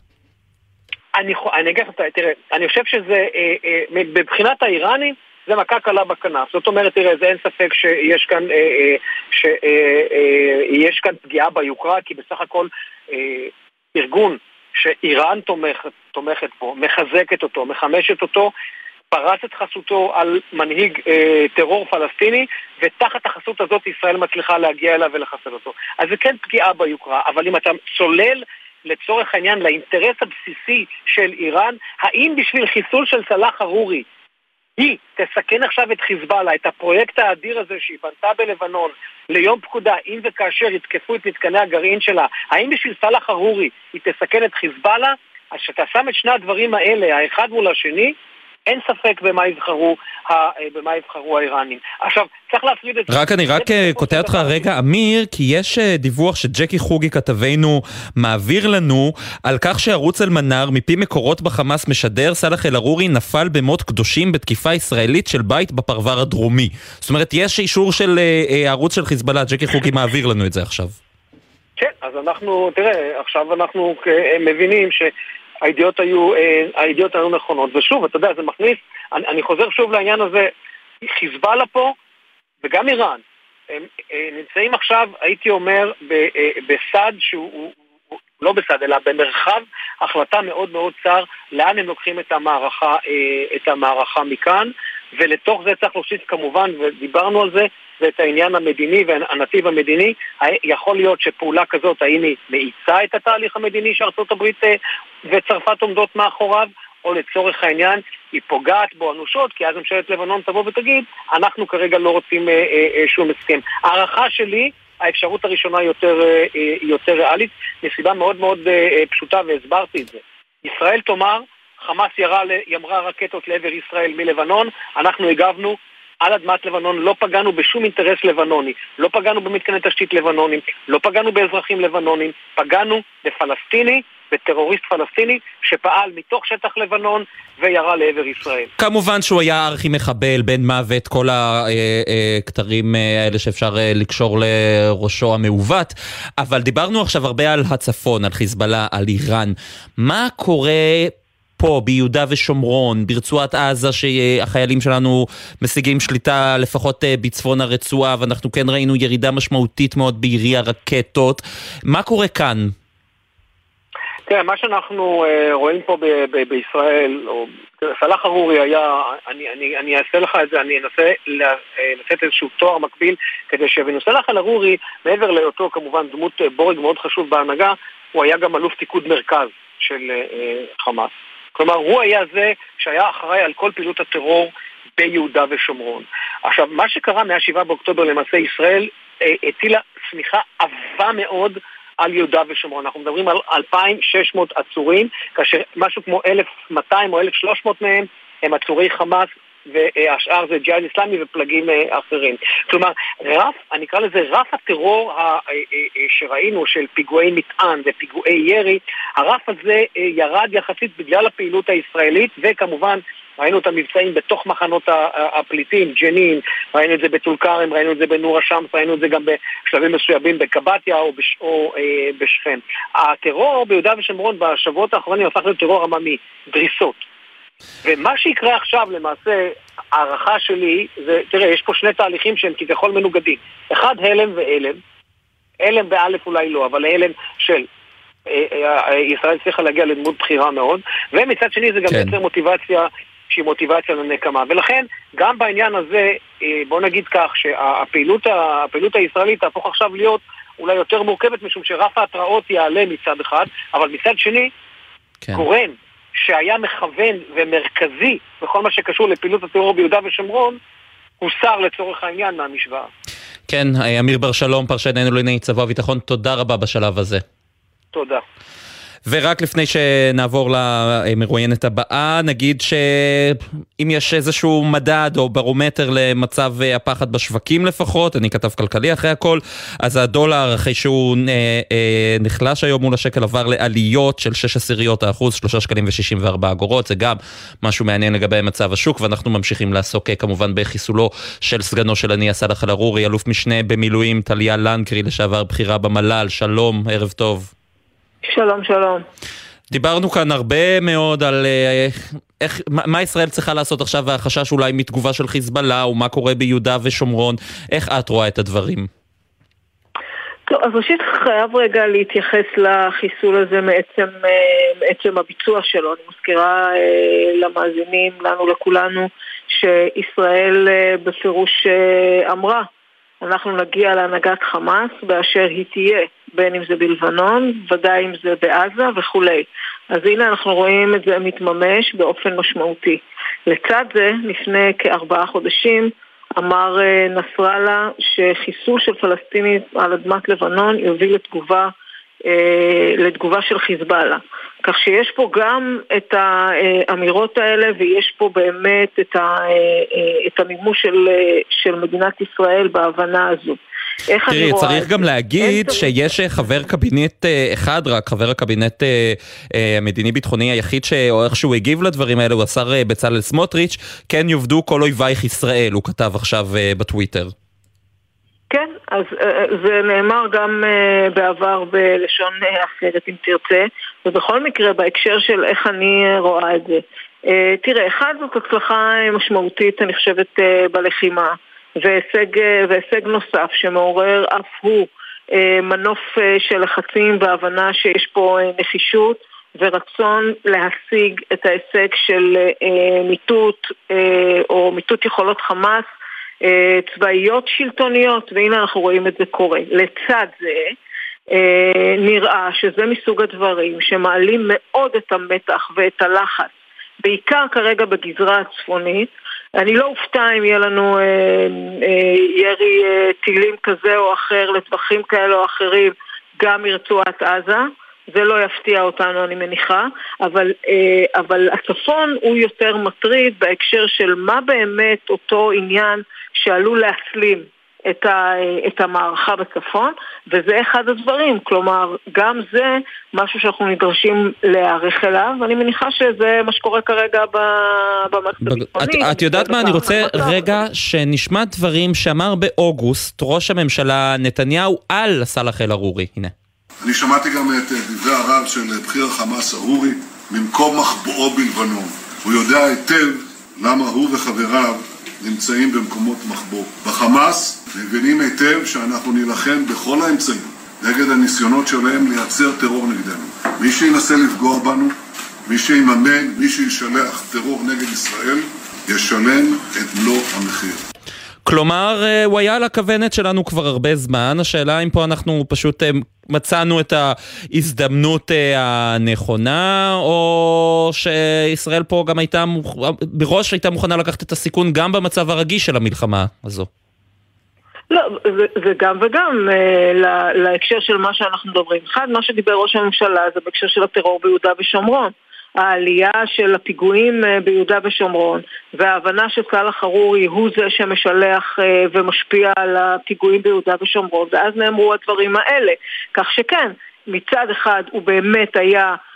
אני, אני אגיד לך, תראה, אני חושב שזה, אה, אה, בבחינת האיראנים, זה מכה קלה בכנף. זאת אומרת, תראה, זה אין ספק שיש כאן, אה, אה, ש, אה, אה, יש כאן פגיעה ביוקרה, כי בסך הכל אה, ארגון שאיראן תומכת, תומכת בו, מחזקת אותו, מחמשת אותו, פרץ את חסותו על מנהיג אה, טרור פלסטיני, ותחת החסות הזאת ישראל מצליחה להגיע אליו ולחסל אותו. אז זה כן פגיעה ביוקרה, אבל אם אתה צולל לצורך העניין לאינטרס הבסיסי של איראן, האם בשביל חיסול של סלאח אל-עארורי היא תסכן עכשיו את חיזבאללה, את הפרויקט האדיר הזה שהיא בנתה בלבנון ליום פקודה, אם וכאשר יתקפו את מתקני הגרעין שלה, האם בשביל סלאח אל-עארורי היא תסכן את חיזבאללה? אז שאתה שם את שני הדברים האלה, האחד מול השני, אין ספק במה יבחרו, במה יבחרו האיראנים. עכשיו, צריך להפריד את זה. רק אני רק קוטע אותך רגע, אמיר, כי יש דיווח שג'קי חוגי כתבנו מעביר לנו על כך שערוץ אל-מנאר מפי מקורות בחמאס משדר סלאח אל-עארורי נפל במות קדושים בתקיפה ישראלית של בית בפרבר הדרומי. זאת אומרת, יש אישור של ערוץ של חיזבאללה, ג'קי חוגי מעביר לנו את זה עכשיו. כן, אז אנחנו, תראה, עכשיו אנחנו מבינים ש הידיעות היו, הידיעות היו נכונות, ושוב, אתה יודע, זה מכניס, אני, אני חוזר שוב לעניין הזה, חיזבאללה פה, וגם איראן, הם, הם נמצאים עכשיו, הייתי אומר, בסד שהוא, לא בסד, אלא במרחב החלטה מאוד מאוד צר, לאן הם לוקחים את המערכה, את המערכה מכאן, ולתוך זה צריך להוסיף כמובן, ודיברנו על זה, ואת העניין המדיני והנתיב המדיני. יכול להיות שפעולה כזאת, האם היא מאיצה את התהליך המדיני שארצות הברית וצרפת עומדות מאחוריו, או לצורך העניין היא פוגעת בו אנושות, כי אז ממשלת לבנון תבוא ותגיד, אנחנו כרגע לא רוצים שום הסכם. הערכה שלי, האפשרות הראשונה היא יותר, יותר ריאלית, מסיבה מאוד מאוד פשוטה, והסברתי את זה. ישראל תאמר, חמאס ירה, ימרה רקטות לעבר ישראל מלבנון, אנחנו הגבנו על אדמת לבנון, לא פגענו בשום אינטרס לבנוני, לא פגענו במתקני תשתית לבנונים, לא פגענו באזרחים לבנונים, פגענו בפלסטיני, בטרוריסט פלסטיני שפעל מתוך שטח לבנון וירה לעבר ישראל. כמובן שהוא היה ארכי מחבל, בן מוות, כל הכתרים האלה שאפשר לקשור לראשו המעוות, אבל דיברנו עכשיו הרבה על הצפון, על חיזבאללה, על איראן. מה קורה פה ביהודה ושומרון, ברצועת עזה שהחיילים שלנו משיגים שליטה לפחות בצפון הרצועה, ואנחנו כן ראינו ירידה משמעותית מאוד בירי הרקטות. מה קורה כאן? תראה, מה שאנחנו uh, רואים פה ב- ב- בישראל, או סלאח אל-עארורי היה, אני, אני, אני אעשה לך את זה, אני אנסה לתת איזשהו תואר מקביל, כדי שבנו סלאח אל-עארורי, מעבר לאותו כמובן דמות בורג מאוד חשוב בהנהגה, הוא היה גם אלוף פיקוד מרכז של uh, חמאס. כלומר, הוא היה זה שהיה אחראי על כל פעילות הטרור ביהודה ושומרון. עכשיו, מה שקרה מה-שבעה באוקטובר למעשה, ישראל אה, הטילה סמיכה עבה מאוד על יהודה ושומרון. אנחנו מדברים על אלפיים ושש מאות עצורים, כאשר משהו כמו אלף ומאתיים או אלף ושלוש מאות מהם הם עצורי חמאס, והשאר זה ג'יהאד אסלאמי ופלגים אחרים. כלומר, רף, אני אקרא לזה רף הטרור שראינו של פיגועי מטען ופיגועי ירי, הרף הזה ירד יחסית בגלל הפעילות הישראלית, וכמובן ראינו את המבצעים בתוך מחנות הפליטים, ג'נין, ראינו את זה בטול כרם, ראינו את זה בנור השמס, ראינו את זה גם בשלבים מסוימים בקבטיה או, בש, או אה, בשכם. הטרור ביהודה ושומרון בשבועות האחרונים הפך לטרור עממי, דריסות. ומה שיקרה עכשיו למעשה, הערכה שלי, זה, תראה, יש פה שני תהליכים שהם כביכול מנוגדים. אחד, הלם והלם. הלם באלף אולי לא, אבל הלם של ישראל צריכה להגיע לדמות בחירה מאוד, ומצד שני זה גם כן. יוצר מוטיבציה שהיא מוטיבציה לנקמה, ולכן גם בעניין הזה בוא נגיד כך שהפעילות הפעילות הישראלית תהפוך עכשיו להיות אולי יותר מורכבת, משום שרף ההתראות יעלה מצד אחד, אבל מצד שני כן. גורם שהיה מכוון ומרכזי בכל מה שקשור לפעילות הטרור ביהודה ושומרון הוסר לצורך העניין מהמשוואה. כן, אמיר בר שלום, פרשננו לענייני צבא וביטחון, תודה רבה בשלב הזה. תודה. ורק לפני שנעבור למרואיינת הבאה, נגיד שאם יש איזשהו מדד או ברומטר למצב הפחד בשווקים לפחות, אני כתב כלכלי אחרי הכל, אז הדולר אחרי שהוא נחלש היום מול השקל עבר לעליות של שש עשיריות האחוז, שלושה שקלים ושישים וארבע אגורות, זה גם משהו מעניין לגבי מצב השוק, ואנחנו ממשיכים לעסוק כמובן בחיסולו של סגנו של אני סלאח אל-עארורי, אלוף משנה במילואים טליה לנקרי, לשעבר בחירה במל"ל, שלום, ערב טוב. שלום, שלום. דיברנו כאן הרבה מאוד על איך, מה ישראל צריכה לעשות עכשיו, והחשש אולי מתגובה של חיזבאללה, או מה קורה ביהודה ושומרון. איך את רואה את הדברים? טוב, אז ראשית חייב רגע להתייחס לחיסול הזה מעצם, מעצם הביצוע שלו. אני מזכירה למאזינים, לנו לכולנו, שישראל בפירוש אמרה, אנחנו נגיע להנהגת חמאס באשר היא תהיה, בין אם זה בלבנון, ודאי אם זה בעזה וכולי. אז הנה אנחנו רואים את זה מתממש באופן משמעותי. לצד זה, לפני כארבעה חודשים, אמר נסראללה שחיסול של פלסטינים על אדמת לבנון יוביל לתגובה, אה, לתגובה של חיזבאללה. כך שיש פה גם את האמירות האלה, ויש פה באמת את, ה, את המימוש של, של מדינת ישראל בהבנה הזו. תראי, צריך גם להגיד שיש חבר קבינט אחד, רק חבר הקבינט המדיני-ביטחוני היחיד שאיכשהו הגיב לדברים האלה, הוא השר בצלאל סמוטריץ', כן יובדו כל אויבייך ישראל, הוא כתב עכשיו בטוויטר. כן, אז זה נאמר גם בעבר בלשון אחרת אם תרצה, ובכל מקרה בהקשר של איך אני רואה את זה. תראה, אחד זאת הצלחה משמעותית אני חושבת בלחימה, והישג, והישג נוסף שמעורר אף הוא מנוף של לחצים והבנה שיש פה נחישות ורצון להשיג את ההישג של מיטוט או מיטוט יכולות חמאס צבאיות שלטוניות, והנה אנחנו רואים את זה קורה. לצד זה נראה שזה מסוג הדברים שמעלים מאוד את המתח ואת הלחץ, בעיקר כרגע בגזרה הצפונית. אני לא אופתע אם יהיה לנו אה, אה, ירי אה, טילים כזה או אחר לטווחים כאלה או אחרים גם מרצועת עזה, זה לא יפתיע אותנו אני מניחה, אבל, אה, אבל הצפון הוא יותר מטריד בהקשר של מה באמת אותו עניין שעלול להסלים את, ה, את המערכה בצפון, וזה אחד הדברים, כלומר גם זה משהו שאנחנו נדרשים להערך אליו, ואני מניחה שזה מה שקורה כרגע במערכת הביטחונית. את יודעת מה, אני רוצה רגע שנשמע דברים שאמר באוגוסט ראש הממשלה נתניהו על סלאח אל-עארורי. הנה. אני שמעתי גם את דברי הרב של בכיר החמאס עארורי, ממקום מחבואו בלבנון. הוא יודע היטב למה הוא וחבריו נמצאים במקומות מחבוא. בחמאס מבינים היטב שאנחנו נילחם בכל האמצעים נגד הניסיונות שלהם לייצר טרור נגדנו. מי שינסה לפגוע בנו, מי שיממן, מי שישלח טרור נגד ישראל, ישלם את מלוא המחיר. כלומר, הוא היה על הכוונת שלנו כבר הרבה זמן, השאלה אם פה אנחנו פשוט מצאנו את ההזדמנות הנכונה, או שישראל פה גם הייתה, בראש הייתה מוכנה לקחת את הסיכון גם במצב הרגיש של המלחמה הזו. לא, זה, זה גם וגם לה, להקשר של מה שאנחנו מדברים. אחד, מה שדיבר ראש הממשלה זה בהקשר של הטרור ביהודה ושומרון. העלייה של הפיגועים ביהודה ושומרון וההבנה שסלאח אל-עארורי הוא זה שמשלח ומשפיע על הפיגועים ביהודה ושומרון, ואז נאמרו הדברים האלה. כך שכן, מצד אחד הוא באמת היה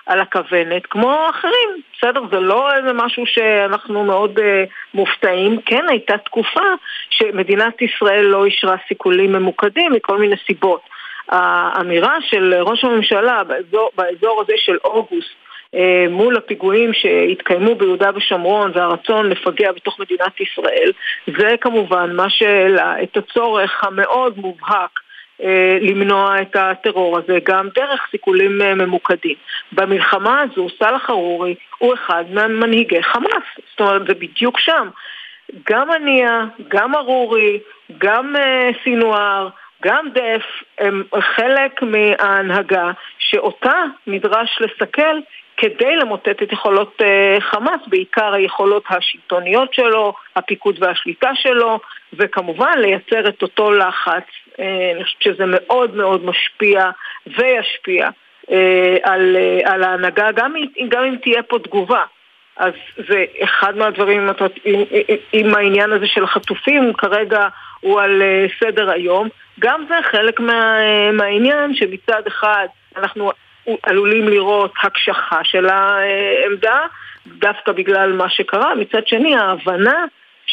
על הכוונת, כמו אחרים. בסדר, זה לא איזה משהו שאנחנו מאוד uh, מופתעים. כן, הייתה תקופה שמדינת ישראל לא אישרה סיכולים ממוקדים מכל מיני סיבות. האמירה של ראש הממשלה באזור, באזור הזה של אוגוסט, מול הפיגועים שהתקיימו ביהודה ושומרון והרצון לפגע בתוך מדינת ישראל, זה כמובן מה שהעלה את הצורך המאוד מובהק למנוע את הטרור הזה גם דרך סיכולים ממוקדים. במלחמה הזו סלאח חרורי הוא אחד מהמנהיגי חמאס, זאת אומרת זה בדיוק שם. גם הנייה, גם ארורי, גם סינואר, גם דף הם חלק מההנהגה שאותה נדרש לסכל כדי למוטט את יכולות uh, חמאס, בעיקר היכולות השלטוניות שלו, הפיקוד והשליטה שלו, וכמובן לייצר את אותו לחץ. Uh, אני חושבת שזה מאוד מאוד משפיע וישפיע uh, על, uh, על ההנהגה, גם, גם אם תהיה פה תגובה. אז זה אחד מהדברים, עם, עם העניין הזה של החטופים, כרגע הוא על uh, סדר היום. גם זה חלק מה, uh, מהעניין שמצד אחד אנחנו עלולים לראות הקשחה של העמדה, דווקא בגלל מה שקרה. מצד שני, ההבנה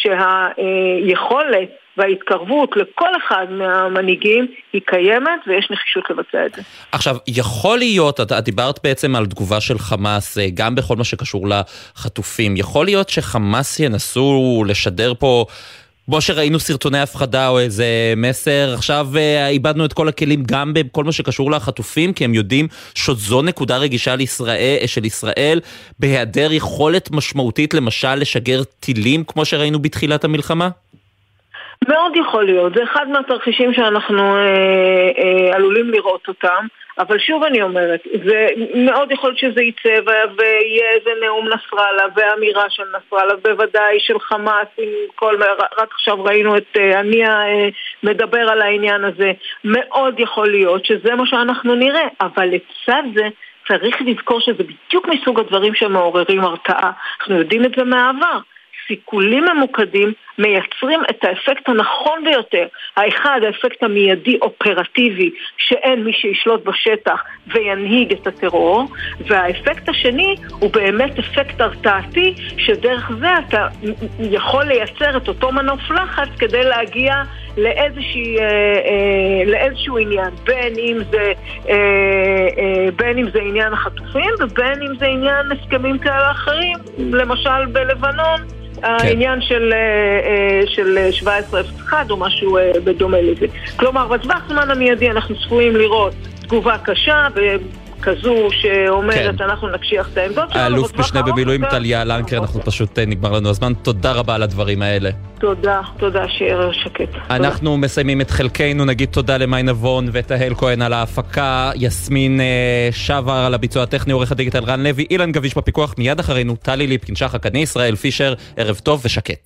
שהיכולת וההתקרבות לכל אחד מהמנהיגים היא קיימת ויש נחישות לבצע את זה. עכשיו, יכול להיות, את דיברת בעצם על תגובה של חמאס, גם בכל מה שקשור לחטופים, יכול להיות שחמאס ינסו לשדר פה כמו שראינו סרטוני הפחדה או איזה מסר, עכשיו איבדנו את כל הכלים גם בכל מה שקשור לחטופים, כי הם יודעים שזו נקודה רגישה לישראל, של ישראל, בהיעדר יכולת משמעותית למשל לשגר טילים כמו שראינו בתחילת המלחמה? מאוד יכול להיות, זה אחד מהתרחישים שאנחנו אה, אה, עלולים לראות אותם, אבל שוב אני אומרת, זה מאוד יכול להיות שזה יצא ויהיה איזה נאום נסראללה ואמירה של נסראללה, בוודאי של חמאס, עם כל, רק עכשיו ראינו את הנייה מדבר על העניין הזה, מאוד יכול להיות שזה מה שאנחנו נראה, אבל לצד זה צריך לזכור שזה בדיוק מסוג הדברים שמעוררים הרתעה, אנחנו יודעים את זה מהעבר. סיכולים ממוקדים מייצרים את האפקט הנכון ביותר. האחד, האפקט המיידי אופרטיבי, שאין מי שישלוט בשטח וינהיג את הטרור, והאפקט השני הוא באמת אפקט הרתעתי, שדרך זה אתה יכול לייצר את אותו מנוף לחץ כדי להגיע לאיזושהי, אה, אה, לאיזשהו עניין, בין אם זה אה, אה, בין אם זה עניין החטופים ובין אם זה עניין הסכמים כאלה אחרים, למשל בלבנון העניין של, של שבע עשרה אפס אחת או משהו בדומה לזה. כלומר, בטווח זמן המיידי אנחנו צפויים לראות תגובה קשה כזו שאומרת כן. אנחנו נקשיח את העמדות שלנו. האלוף משנה במילואים טליה לנקר, אנחנו פשוט נגמר לנו הזמן. תודה רבה על הדברים האלה. תודה, תודה שיהיה שקט. אנחנו תודה. מסיימים את חלקנו, נגיד תודה למי נבון ותהל כהן על ההפקה, יסמין שבר על הביצוע הטכני, עורך הדיגיטל רן לוי, אילן גביש בפיקוח, מיד אחרינו טלי ליפקין שחק, אני ישראל פישר, ערב טוב ושקט.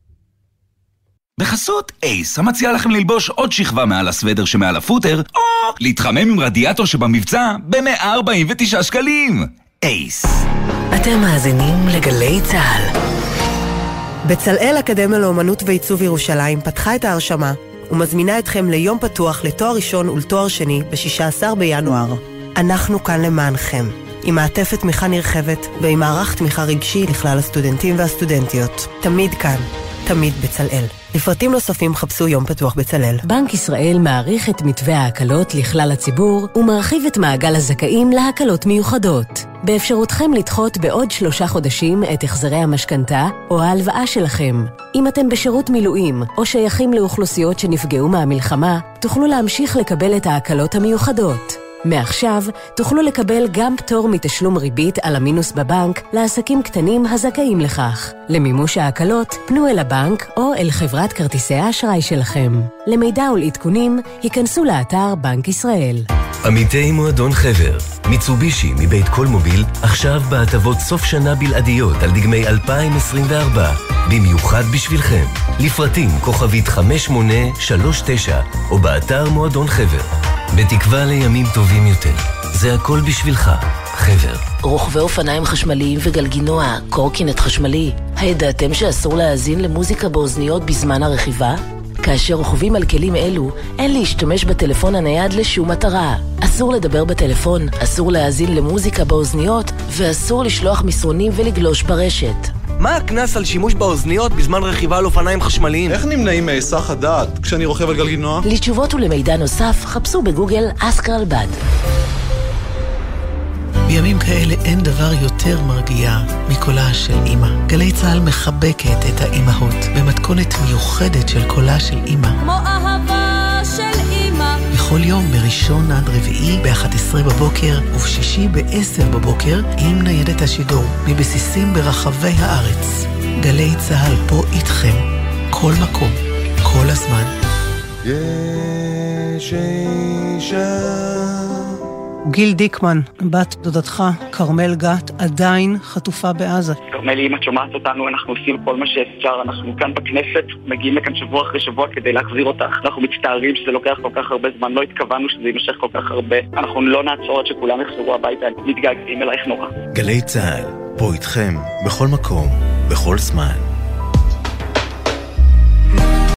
בחסות אייס, המציע לכם ללבוש עוד שכבה מעל הסוודר שמעל הפוטר, או להתחמם עם רדיאטור שבמבצע ב-מאה ארבעים ותשעה שקלים. אייס. אתם מאזינים לגלי צהל. בצלאל אקדמיה לאומנות ועיצוב ירושלים פתחה את ההרשמה ומזמינה אתכם ליום פתוח לתואר ראשון ולתואר שני ב-שישה עשר בינואר. אנחנו כאן למענכם, עם מעטפת תמיכה נרחבת ועם מערך תמיכה רגשי לכלל הסטודנטים והסטודנטיות. תמיד כאן, תמיד בצלאל. לפרטים נוספים חפשו יום פתוח בצלאל. בנק ישראל מעריך את מתווה ההקלות לכלל הציבור ומרחיב את מעגל הזכאים להקלות מיוחדות. באפשרותכם לדחות בעוד שלושה חודשים את החזרי המשכנתה או ההלוואה שלכם. אם אתם בשירות מילואים או שייכים לאוכלוסיות שנפגעו מהמלחמה, תוכלו להמשיך לקבל את ההקלות המיוחדות. מעכשיו תוכלו לקבל גם פטור מתשלום ריבית על המינוס בבנק לעסקים קטנים הזכאים לכך. למימוש ההקלות, פנו אל הבנק או אל חברת כרטיסי האשראי שלכם. למידע ולעדכונים, היכנסו לאתר בנק ישראל. עמיתי מועדון חבר, מיצובישי מבית כל מוביל, עכשיו בהטבות סוף שנה בלעדיות על דגמי אלפיים עשרים וארבע, במיוחד בשבילכם. לפרטים כוכבית חמש שמונה שלוש תשע או באתר מועדון חבר. בתקווה לימים טובים יותר. זה הכל בשבילך, חבר. רוכבי אופניים חשמליים וגלגינוע, קורקינט חשמלי. הידעתם שאסור להאזין למוזיקה באוזניות בזמן הרכיבה? כאשר רוכבים על כלים אלו, אין להשתמש בטלפון הנייד לשום מטרה. אסור לדבר בטלפון, אסור להאזין למוזיקה באוזניות, ואסור לשלוח מסרונים ולגלוש ברשת. מה הכנס על שימוש באוזניות בזמן רכיבה על אופניים חשמליים? איך נמנעים מהיסח הדעת כשאני רוכב על גלגינוע? לתשובות ולמידע נוסף, חפשו בגוגל אסק רלב"ד. בימים כאלה אין דבר יותר מרגיע מקולה של אמא. גלי צהל מחבקת את האימהות במתכונת מיוחדת של קולה של אמא. כמו אהבה של אמא. בכל יום מראשון עד רביעי ב-אחת עשרה בבוקר ובשישי ב-עשר בבוקר עם ניידת השידור מבסיסים ברחבי הארץ. גלי צהל פה איתכם. כל מקום, כל הזמן. יש אישה גיל דיקמן, בת דודתך, קרמל גת, עדיין חטופה בעזה. קרמל, אם את שומעת אותנו, אנחנו עושים כל מה שאפשר. אנחנו כאן בכנסת, מגיעים לכאן שבוע אחרי שבוע כדי להחזיר אותך. אנחנו מצטערים שזה לוקח כל כך הרבה זמן, לא התכוונו שזה יימשך כל כך הרבה. אנחנו לא נעצור עד שכולם יחזרו הביתה, מתגעגעים אלייך נורא. גלי צהל, פה איתכם, בכל מקום, בכל זמן.